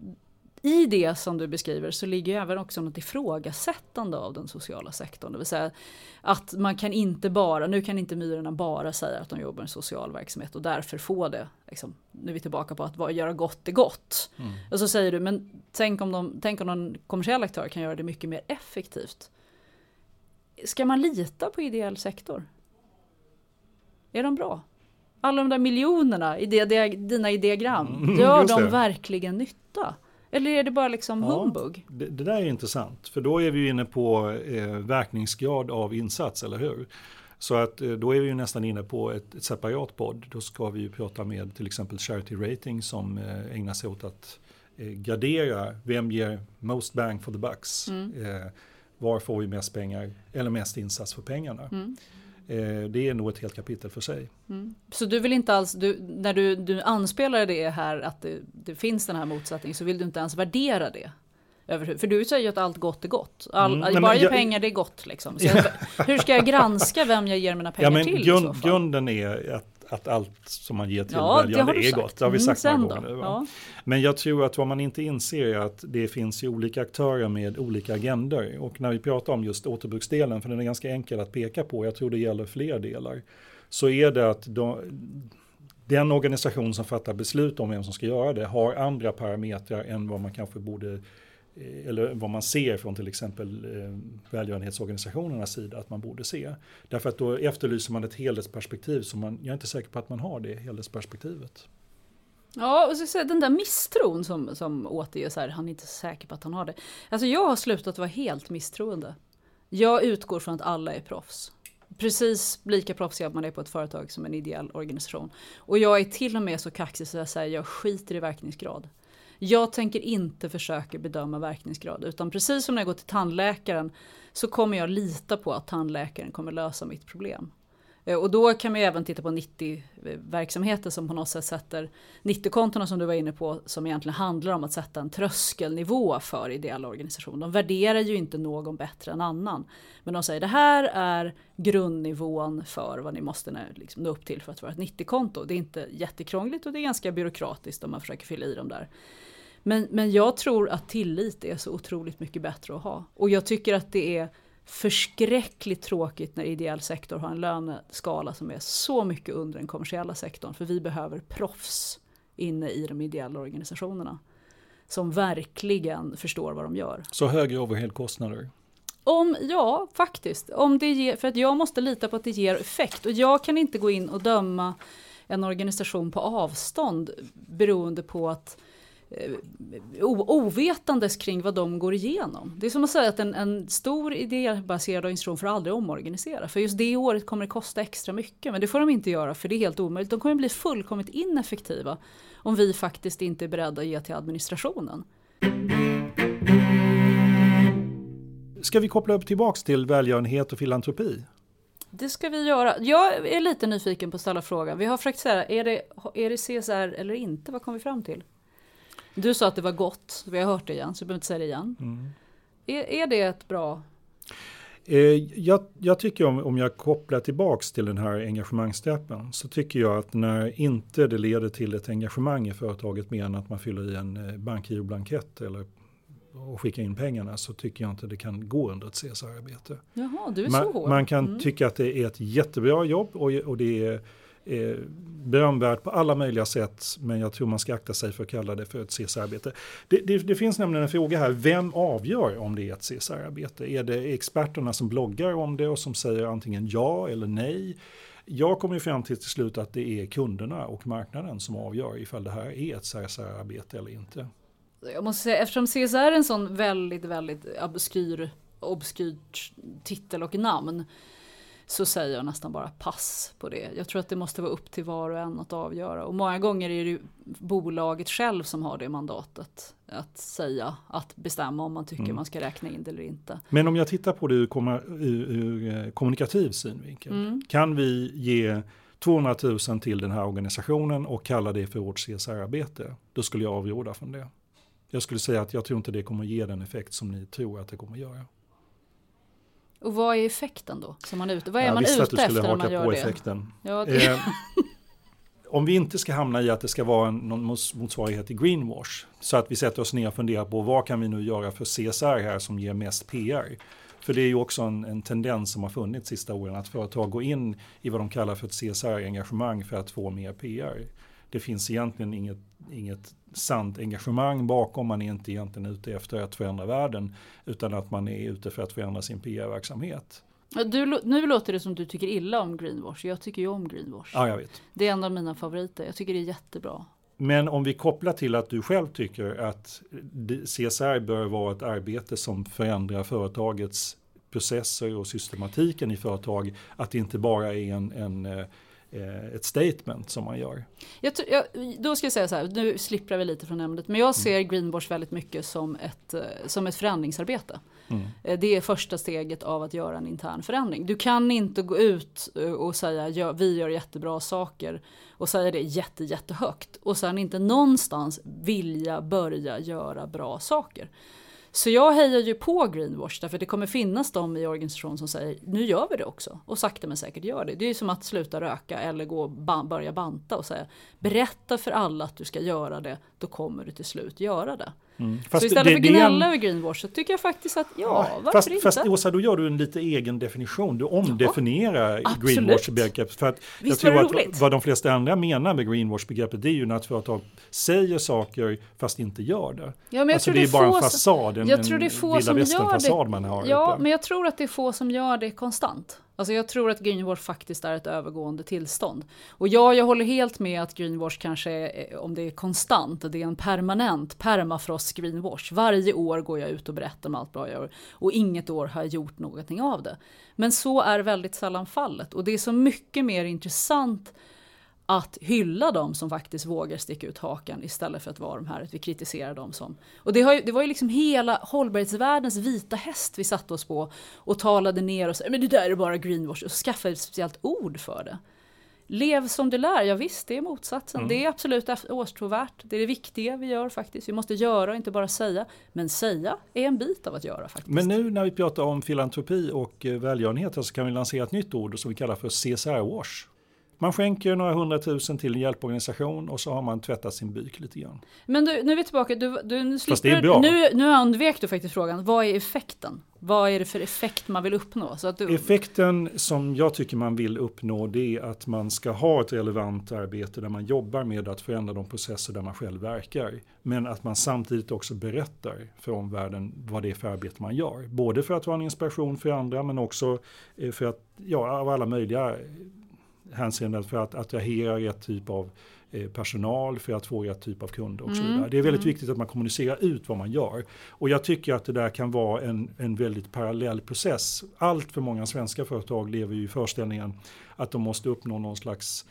I det som du beskriver så ligger även också något ifrågasättande av den sociala sektorn. Det vill säga att man kan inte bara, nu kan inte Myrorna bara säga att de jobbar med social verksamhet och därför få det. Liksom, nu är vi tillbaka på att göra gott är gott. Och så säger du, men tänk om någon kommersiell aktör kan göra det mycket mer effektivt. Ska man lita på ideell sektor? Är de bra? Alla de där miljonerna i dina diagram, gör de verkligen nytta? Eller är det bara liksom humbug? Det där är intressant. För då är vi inne på verkningsgrad av insats, eller hur? Så att då är vi ju nästan inne på ett separat podd. Då ska vi ju prata med till exempel Charity Rating som ägnar sig åt att gradera vem ger most bang for the bucks. Var får vi mest pengar eller mest insats för pengarna? Det är nog ett helt kapitel för sig. Så du vill inte alls, när du anspelar det här att det finns den här motsättningen så vill du inte ens värdera det? För du säger ju att allt gott är gott. Bara ge pengar det är gott liksom. Så hur ska jag granska vem jag ger mina pengar till i så fall? Grunden är att allt som man ger till väljarna är gott. Det har vi sagt många gånger. Ja. Men jag tror att vad man inte inser är att det finns ju olika aktörer med olika agendor. Och när vi pratar om just återbruksdelen, för den är ganska enkel att peka på, jag tror det gäller fler delar, så är det att den organisation som fattar beslut om vem som ska göra det har andra parametrar än vad man kanske borde, eller vad man ser från till exempel välgörenhetsorganisationernas sida att man borde se. Därför att då efterlyser man ett helhetsperspektiv som jag är inte säker på att man har det helhetsperspektivet. Ja, och så den där misstron som återger så här, han är inte säker på att han har det. Alltså jag har slutat vara helt misstroende. Jag utgår från att alla är proffs. Precis lika proffsiga man är på ett företag som en ideell organisation. Och jag är till och med så kaxig så jag säger jag skiter i verkningsgrad. Jag tänker inte försöka bedöma verkningsgrad utan precis som när jag går till tandläkaren så kommer jag lita på att tandläkaren kommer lösa mitt problem. Och då kan man ju även titta på 90-verksamheter som på något sätt sätter 90-kontona som du var inne på som egentligen handlar om att sätta en tröskelnivå för ideella organisationer. De värderar ju inte någon bättre än annan. Men de säger det här är grundnivån för vad ni måste liksom nå upp till för att vara ett 90-konto. Det är inte jättekrångligt och det är ganska byråkratiskt om man försöker fylla i dem där. Men jag tror att tillit är så otroligt mycket bättre att ha. Och jag tycker att det är förskräckligt tråkigt när ideell sektor har en löneskala som är så mycket under den kommersiella sektorn. För vi behöver proffs inne i de ideella organisationerna som verkligen förstår vad de gör. Så högre overheadkostnader? Ja, faktiskt. För att jag måste lita på att det ger effekt. Och jag kan inte gå in och döma en organisation på avstånd beroende på att ovetandes kring vad de går igenom. Det är som att säga att en stor idébaserad organisation får aldrig omorganisera. För just det året kommer det kosta extra mycket. Men det får de inte göra, för det är helt omöjligt. De kommer bli fullkomligt ineffektiva om vi faktiskt inte är beredda att ge till administrationen. Ska vi koppla upp tillbaks till välgörenhet och filantropi? Det ska vi göra. Jag är lite nyfiken på att ställa frågan. Vi har försökt säga, är det CSR eller inte? Vad kom vi fram till? Du sa att det var gott, vi har hört det igen, så jag behöver inte säga det igen. Är det ett bra... Jag tycker om jag kopplar tillbaks till den här engagemangsteppen, så tycker jag att när inte det leder till ett engagemang i företaget mer än att man fyller i en bankgiroblankett eller och skicka in pengarna, så tycker jag inte det kan gå under ett CSR-arbete. Jaha, du är så hård. Man kan tycka att det är ett jättebra jobb och det är berömvärt på alla möjliga sätt, men jag tror man ska akta sig för att kalla det för ett CSR-arbete. Det finns nämligen en fråga här, vem avgör om det är ett CSR-arbete? Är det experterna som bloggar om det och som säger antingen ja eller nej? Jag kommer fram till slut att det är kunderna och marknaden som avgör ifall det här är ett CSR-arbete eller inte. Jag måste säga, eftersom CSR är en sån väldigt, väldigt obskyrt titel och namn, så säger jag nästan bara pass på det. Jag tror att det måste vara upp till var och en att avgöra. Och många gånger är det ju bolaget själv som har det mandatet att bestämma om man tycker man ska räkna in det eller inte. Men om jag tittar på det ur kommunikativ synvinkel, kan vi ge 200 000 till den här organisationen och kalla det för vårt CSR-arbete? Då skulle jag avråda från det. Jag skulle säga att jag tror inte det kommer ge den effekt som ni tror att det kommer göra. Och vad är effekten då? Vad är man ute efter när man gör det? Effekten. Ja, om vi inte ska hamna i att det ska vara någon motsvarighet till greenwash, så att vi sätter oss ner och funderar på vad kan vi nu göra för CSR här som ger mest PR. För det är ju också en tendens som har funnits sista åren att företag går in i vad de kallar för ett CSR-engagemang för att få mer PR. Det finns egentligen inget sant engagemang bakom. Man är inte egentligen ute efter att förändra världen, utan att man är ute för att förändra sin PR-verksamhet. Nu låter det som du tycker illa om greenwash. Jag tycker ju om greenwash. Ja, jag vet. Det är en av mina favoriter. Jag tycker det är jättebra. Men om vi kopplar till att du själv tycker att CSR bör vara ett arbete som förändrar företagets processer och systematiken i företag, att det inte bara är ett statement som man gör. Då ska jag säga så här, nu slipper vi lite från ämnet, men jag ser greenwash väldigt mycket som ett förändringsarbete. Det är första steget av att göra en intern förändring. Du kan inte gå ut och säga vi gör jättebra saker och säga det jättehögt och sen inte någonstans vilja börja göra bra saker. Så jag hejar ju på greenwash, därför det kommer finnas de i organisationen som säger nu gör vi det också, och sakta men säkert gör det. Det är ju som att sluta röka eller börja banta och säga berätta för alla att du ska göra det, då kommer du till slut göra det. Så istället för gnälla över greenwash så tycker jag faktiskt att varför inte? Fast Åsa, då gör du en lite egen definition. Du omdefinierar greenwash-begreppet. För att jag tror att vad de flesta andra menar med greenwash-begreppet, det är ju när ett företag säger saker fast inte gör det. Ja, men alltså det är bara en fasad, en vilda västern-fasad man har. Ja, men jag tror att det är få som gör det konstant. Alltså jag tror att greenwash faktiskt är ett övergående tillstånd. Och jag håller helt med att greenwash kanske är, om det är konstant, det är en permafrost greenwash. Varje år går jag ut och berättar om allt bra jag gör och inget år har jag gjort någonting av det. Men så är väldigt sällan fallet, och det är så mycket mer intressant att hylla dem som faktiskt vågar sticka ut hakan istället för att vara de här, att vi kritiserar dem som. Och det var ju liksom hela hållbarhetsvärldens vita häst vi satte oss på och talade ner och sa, men det där är bara greenwash, och skaffade ett speciellt ord för det. Lev som du lär, ja visst, det är motsatsen. Det är absolut åstråvärt. Det är det viktiga vi gör faktiskt. Vi måste göra och inte bara säga. Men säga är en bit av att göra faktiskt. Men nu när vi pratar om filantropi och välgörenhet så kan vi lansera ett nytt ord som vi kallar för CSR-wash. Man skänker några 100 000 till en hjälporganisation och så har man tvättat sin byk lite grann. Men nu är vi tillbaka. Fast det är bra. Nu undvek du faktiskt frågan. Vad är effekten? Vad är det för effekt man vill uppnå? Så att Effekten som jag tycker man vill uppnå, det är att man ska ha ett relevant arbete där man jobbar med att förändra de processer där man själv verkar. Men att man samtidigt också berättar för omvärlden vad det är för arbete man gör. Både för att vara en inspiration för andra, men också för att, av alla möjliga hänseenden, för att attrahera rätt typ av personal, för att få rätt typ av kunder och så vidare. Det är väldigt viktigt att man kommunicerar ut vad man gör. Och jag tycker att det där kan vara en väldigt parallell process. Allt för många svenska företag lever ju i föreställningen att de måste uppnå någon slags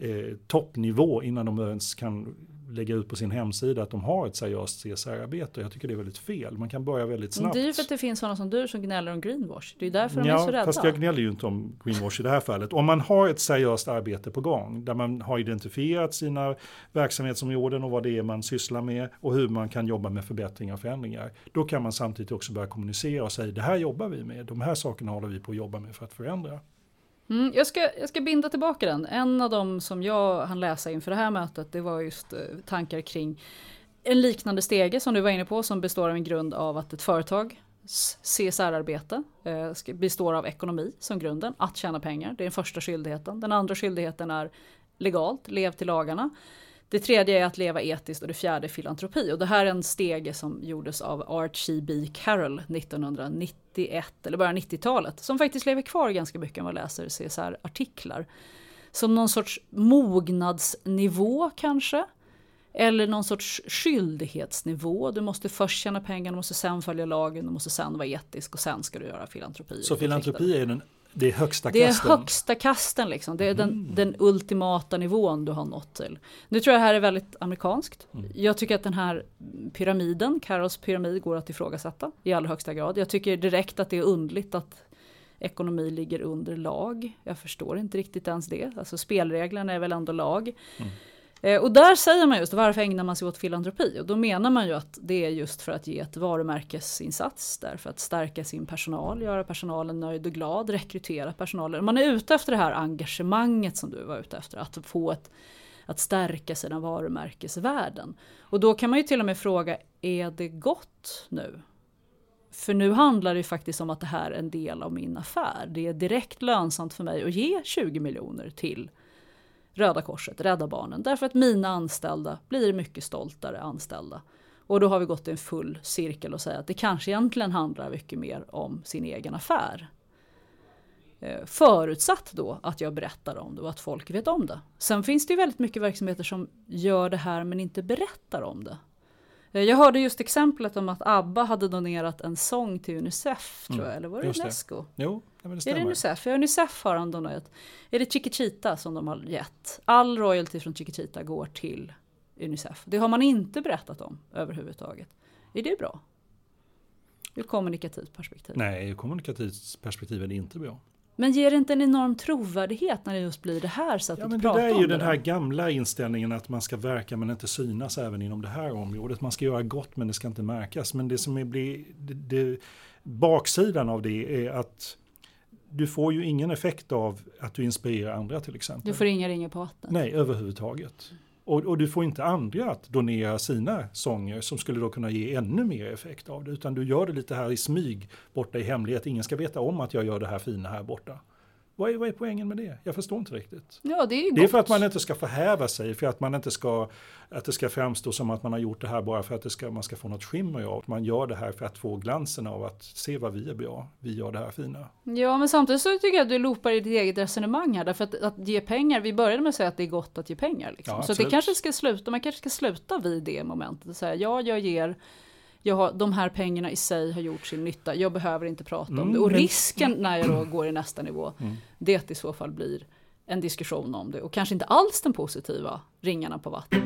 toppnivå innan de ens kan lägga ut på sin hemsida att de har ett seriöst CSR-arbete. Jag tycker det är väldigt fel. Man kan börja väldigt snabbt. Det är ju för att det finns sådana som du som gnäller om greenwash. Det är därför de är så rädda. Fast jag gnäller ju inte om greenwash i det här fallet. Om man har ett seriöst arbete på gång där man har identifierat sina verksamhetsområden och vad det är man sysslar med och hur man kan jobba med förbättringar och förändringar, då kan man samtidigt också börja kommunicera och säga det här jobbar vi med, de här sakerna håller vi på att jobba med för att förändra. Jag ska binda tillbaka den. En av dem som jag hann läsa inför det här mötet, det var just tankar kring en liknande stege som du var inne på, som består av en grund av att ett företags CSR-arbete består av ekonomi som grunden, att tjäna pengar. Det är den första skyldigheten. Den andra skyldigheten är legalt, lev till lagarna. Det tredje är att leva etiskt och det fjärde är filantropi. Och det här är en stege som gjordes av Archie B. Carroll 1991 eller bara 90-talet. Som faktiskt lever kvar ganska mycket om man läser CSR-artiklar. Som någon sorts mognadsnivå kanske. Eller någon sorts skyldighetsnivå. Du måste först tjäna pengar, du måste sen följa lagen, du måste sen vara etisk och sen ska du göra filantropi. Så filantropi är det är högsta kasten? Det är högsta kasten liksom. Det är den ultimata nivån du har nått till. Nu tror jag det här är väldigt amerikanskt. Jag tycker att den här pyramiden, Carrolls pyramid, går att ifrågasätta i allra högsta grad. Jag tycker direkt att det är undligt att ekonomi ligger under lag. Jag förstår inte riktigt ens det. Alltså spelreglerna är väl ändå lag. Och där säger man just, varför ägnar man sig åt filantropi? Och då menar man ju att det är just för att ge ett varumärkesinsats, därför att stärka sin personal, göra personalen nöjd och glad, rekrytera personalen. Man är ute efter det här engagemanget som du var ute efter, att få att stärka sina varumärkesvärden. Och då kan man ju till och med fråga, är det gott nu? För nu handlar det ju faktiskt om att det här är en del av min affär. Det är direkt lönsamt för mig att ge 20 miljoner till Röda Korset, Rädda Barnen. Därför att mina anställda blir mycket stoltare anställda. Och då har vi gått i en full cirkel och säga att det kanske egentligen handlar mycket mer om sin egen affär. Förutsatt då att jag berättar om det och att folk vet om det. Sen finns det ju väldigt mycket verksamheter som gör det här men inte berättar om det. Jag hörde just exemplet om att ABBA hade donerat en sång till UNICEF, tror jag. Eller var det UNESCO? Jo, det stämmer. Är det UNICEF? För UNICEF har han donerat. Är det Chiquitita som de har gett? All royalty från Chiquitita går till UNICEF. Det har man inte berättat om överhuvudtaget. Är det bra? Ur kommunikativt perspektiv? Nej, ur kommunikativt perspektiv är det inte bra. Men ger det inte en enorm trovärdighet när det just blir det här sättet att prata om det? Det är ju den här gamla inställningen att man ska verka men inte synas även inom det här området. Man ska göra gott men det ska inte märkas. Men det som blir baksidan av det är att du får ju ingen effekt av att du inspirerar andra till exempel. Du får inga ringar på vattnet. Nej, överhuvudtaget. Och du får inte andra att donera sina sånger som skulle då kunna ge ännu mer effekt av det. Utan du gör det lite här i smyg, borta i hemlighet. Ingen ska veta om att jag gör det här fina här borta. Vad är poängen med det? Jag förstår inte riktigt. Ja, det är det är för att man inte ska förhäva sig, för att man inte ska, att det ska framstå som att man har gjort det här bara för att man ska få något skimmer av. Man gör det här för att få glansen av att se vad vi är bra. Vi gör det här fina. Ja, men samtidigt så tycker jag att du loopar i ditt eget resonemang här. Därför att ge pengar, vi började med att säga att det är gott att ge pengar. Liksom. Ja, så det kanske ska sluta, man kanske ska sluta vid det momentet och säga de här pengarna i sig har gjort sin nytta. Jag behöver inte prata om det. Och risken när jag då går i nästa nivå, det att i så fall blir en diskussion om det. Och kanske inte alls den positiva ringarna på vattnet.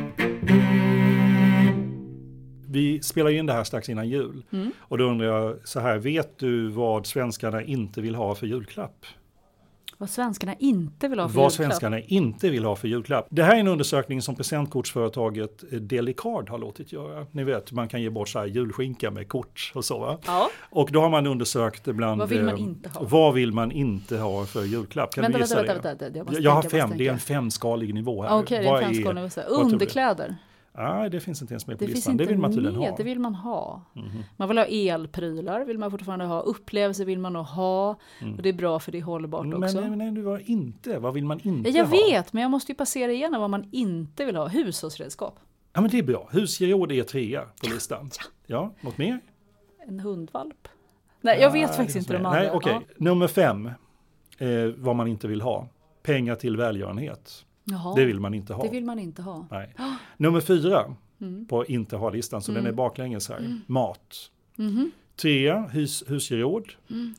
Vi spelar in det här strax innan jul. Och då undrar jag så här, vet du vad svenskarna inte vill ha för julklapp? Vad svenskarna inte vill ha för Vad julklapp. svenskarna inte vill ha för julklapp. Det här är en undersökning som presentkortsföretaget Delicard har låtit göra. Ni vet, man kan ge bort så här julskinka med kort och så, va? Ja. Och då har man undersökt bland Vad vill man inte ha? Vad vill man inte ha för julklapp? Kan du gissa det? Jag har 5, det är en 5-skalig nivå här. Okej, det är en 5-skalig nivå. Underkläder. Nej, det finns inte ens med på listan. Det vill man tydligen ha. Det vill man ha. Man vill ha elprylar, vill man fortfarande ha. Upplevelser vill man nog ha. Och det är bra för det är hållbart också. Men vad vill man inte ha? Jag vet, men jag måste ju passera igenom vad man inte vill ha. Hushållsredskap. Ja, men det är bra. Husgeråd är 3 på listan. Ja, något mer? En hundvalp. Nej, jag vet faktiskt inte de andra. Nej, okej. Nummer 5, vad man inte vill ha. Pengar till välgörenhet. Jaha, det vill man inte ha. Det vill man inte ha. Nej. Nummer 4 på inte ha-listan, så den är baklänges här. Mat. 3, husgeråd.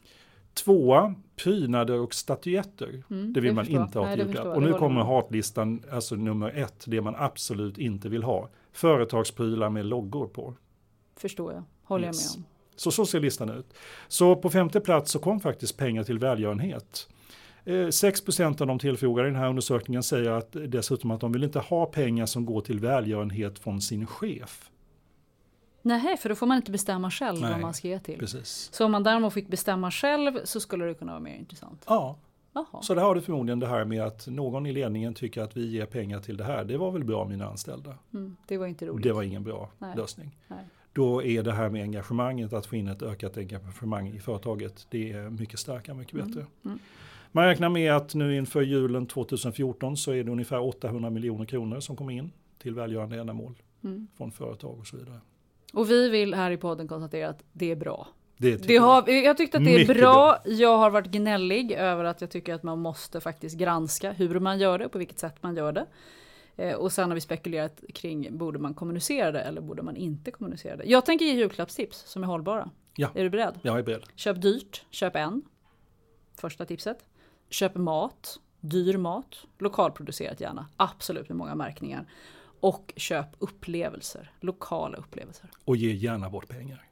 2, prydnader och statyetter. Det vill man inte ha till julklapp. Och nu kommer hatlistan, alltså nummer 1, det man absolut inte vill ha. Företagsprylar med loggor på. Förstår jag. Håller jag med om. Så ser listan ut. Så på 5:e plats så kom faktiskt pengar till välgörenhet. 6% av de tillfrågade i den här undersökningen säger att dessutom att de vill inte ha pengar som går till välgörenhet från sin chef. Nej, för då får man inte bestämma själv vad man ska ge till. Precis. Så om man däremot fick bestämma själv så skulle det kunna vara mer intressant. Ja. Aha. Så där har du förmodligen det här med att någon i ledningen tycker att vi ger pengar till det här. Det var väl bra, mina anställda. Det var inte roligt. Det var ingen bra lösning. Nej. Då är det här med engagemanget, att få in ett ökat engagemang i företaget, det är mycket starkare, mycket bättre. Man räknar med att nu inför julen 2014 så är det ungefär 800 miljoner kronor som kommer in till välgörande ändamål från företag och så vidare. Och vi vill här i podden konstatera att det är bra. Jag tyckte att det är bra. Jag har varit gnällig över att jag tycker att man måste faktiskt granska hur man gör det och på vilket sätt man gör det. Och sen har vi spekulerat kring, borde man kommunicera det eller borde man inte kommunicera det? Jag tänker ge julklappstips som är hållbara. Ja. Är du beredd? Jag är beredd. Köp dyrt, köp en. Första tipset. Köp mat, dyr mat, lokalproducerat gärna. Absolut med många märkningar. Och köp upplevelser, lokala upplevelser. Och ge gärna bort pengar.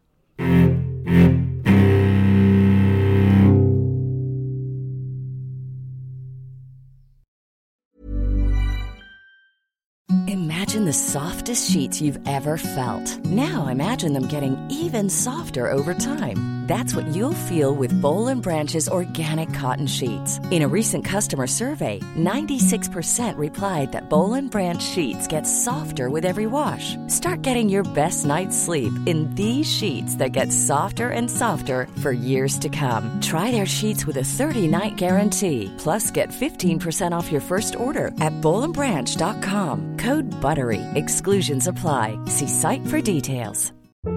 Imagine the softest sheets you've ever felt. Now imagine them getting even softer over time. That's what you'll feel with Boll & Branch's organic cotton sheets. In a recent customer survey, 96% replied that Boll & Branch sheets get softer with every wash. Start getting your best night's sleep in these sheets that get softer and softer for years to come. Try their sheets with a 30-night guarantee. Plus, get 15% off your first order at bollandbranch.com. Code BUTTERY. Exclusions apply. See site for details.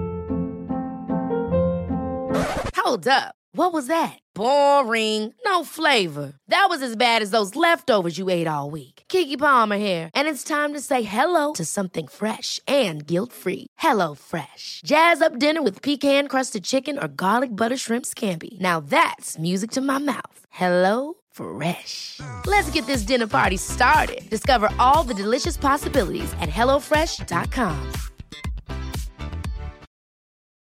Hold up. What was that? Boring. No flavor. That was as bad as those leftovers you ate all week. Keke Palmer here, and it's time to say hello to something fresh and guilt-free. Hello Fresh. Jazz up dinner with pecan-crusted chicken or garlic butter shrimp scampi. Now that's music to my mouth. Hello Fresh. Let's get this dinner party started. Discover all the delicious possibilities at hellofresh.com.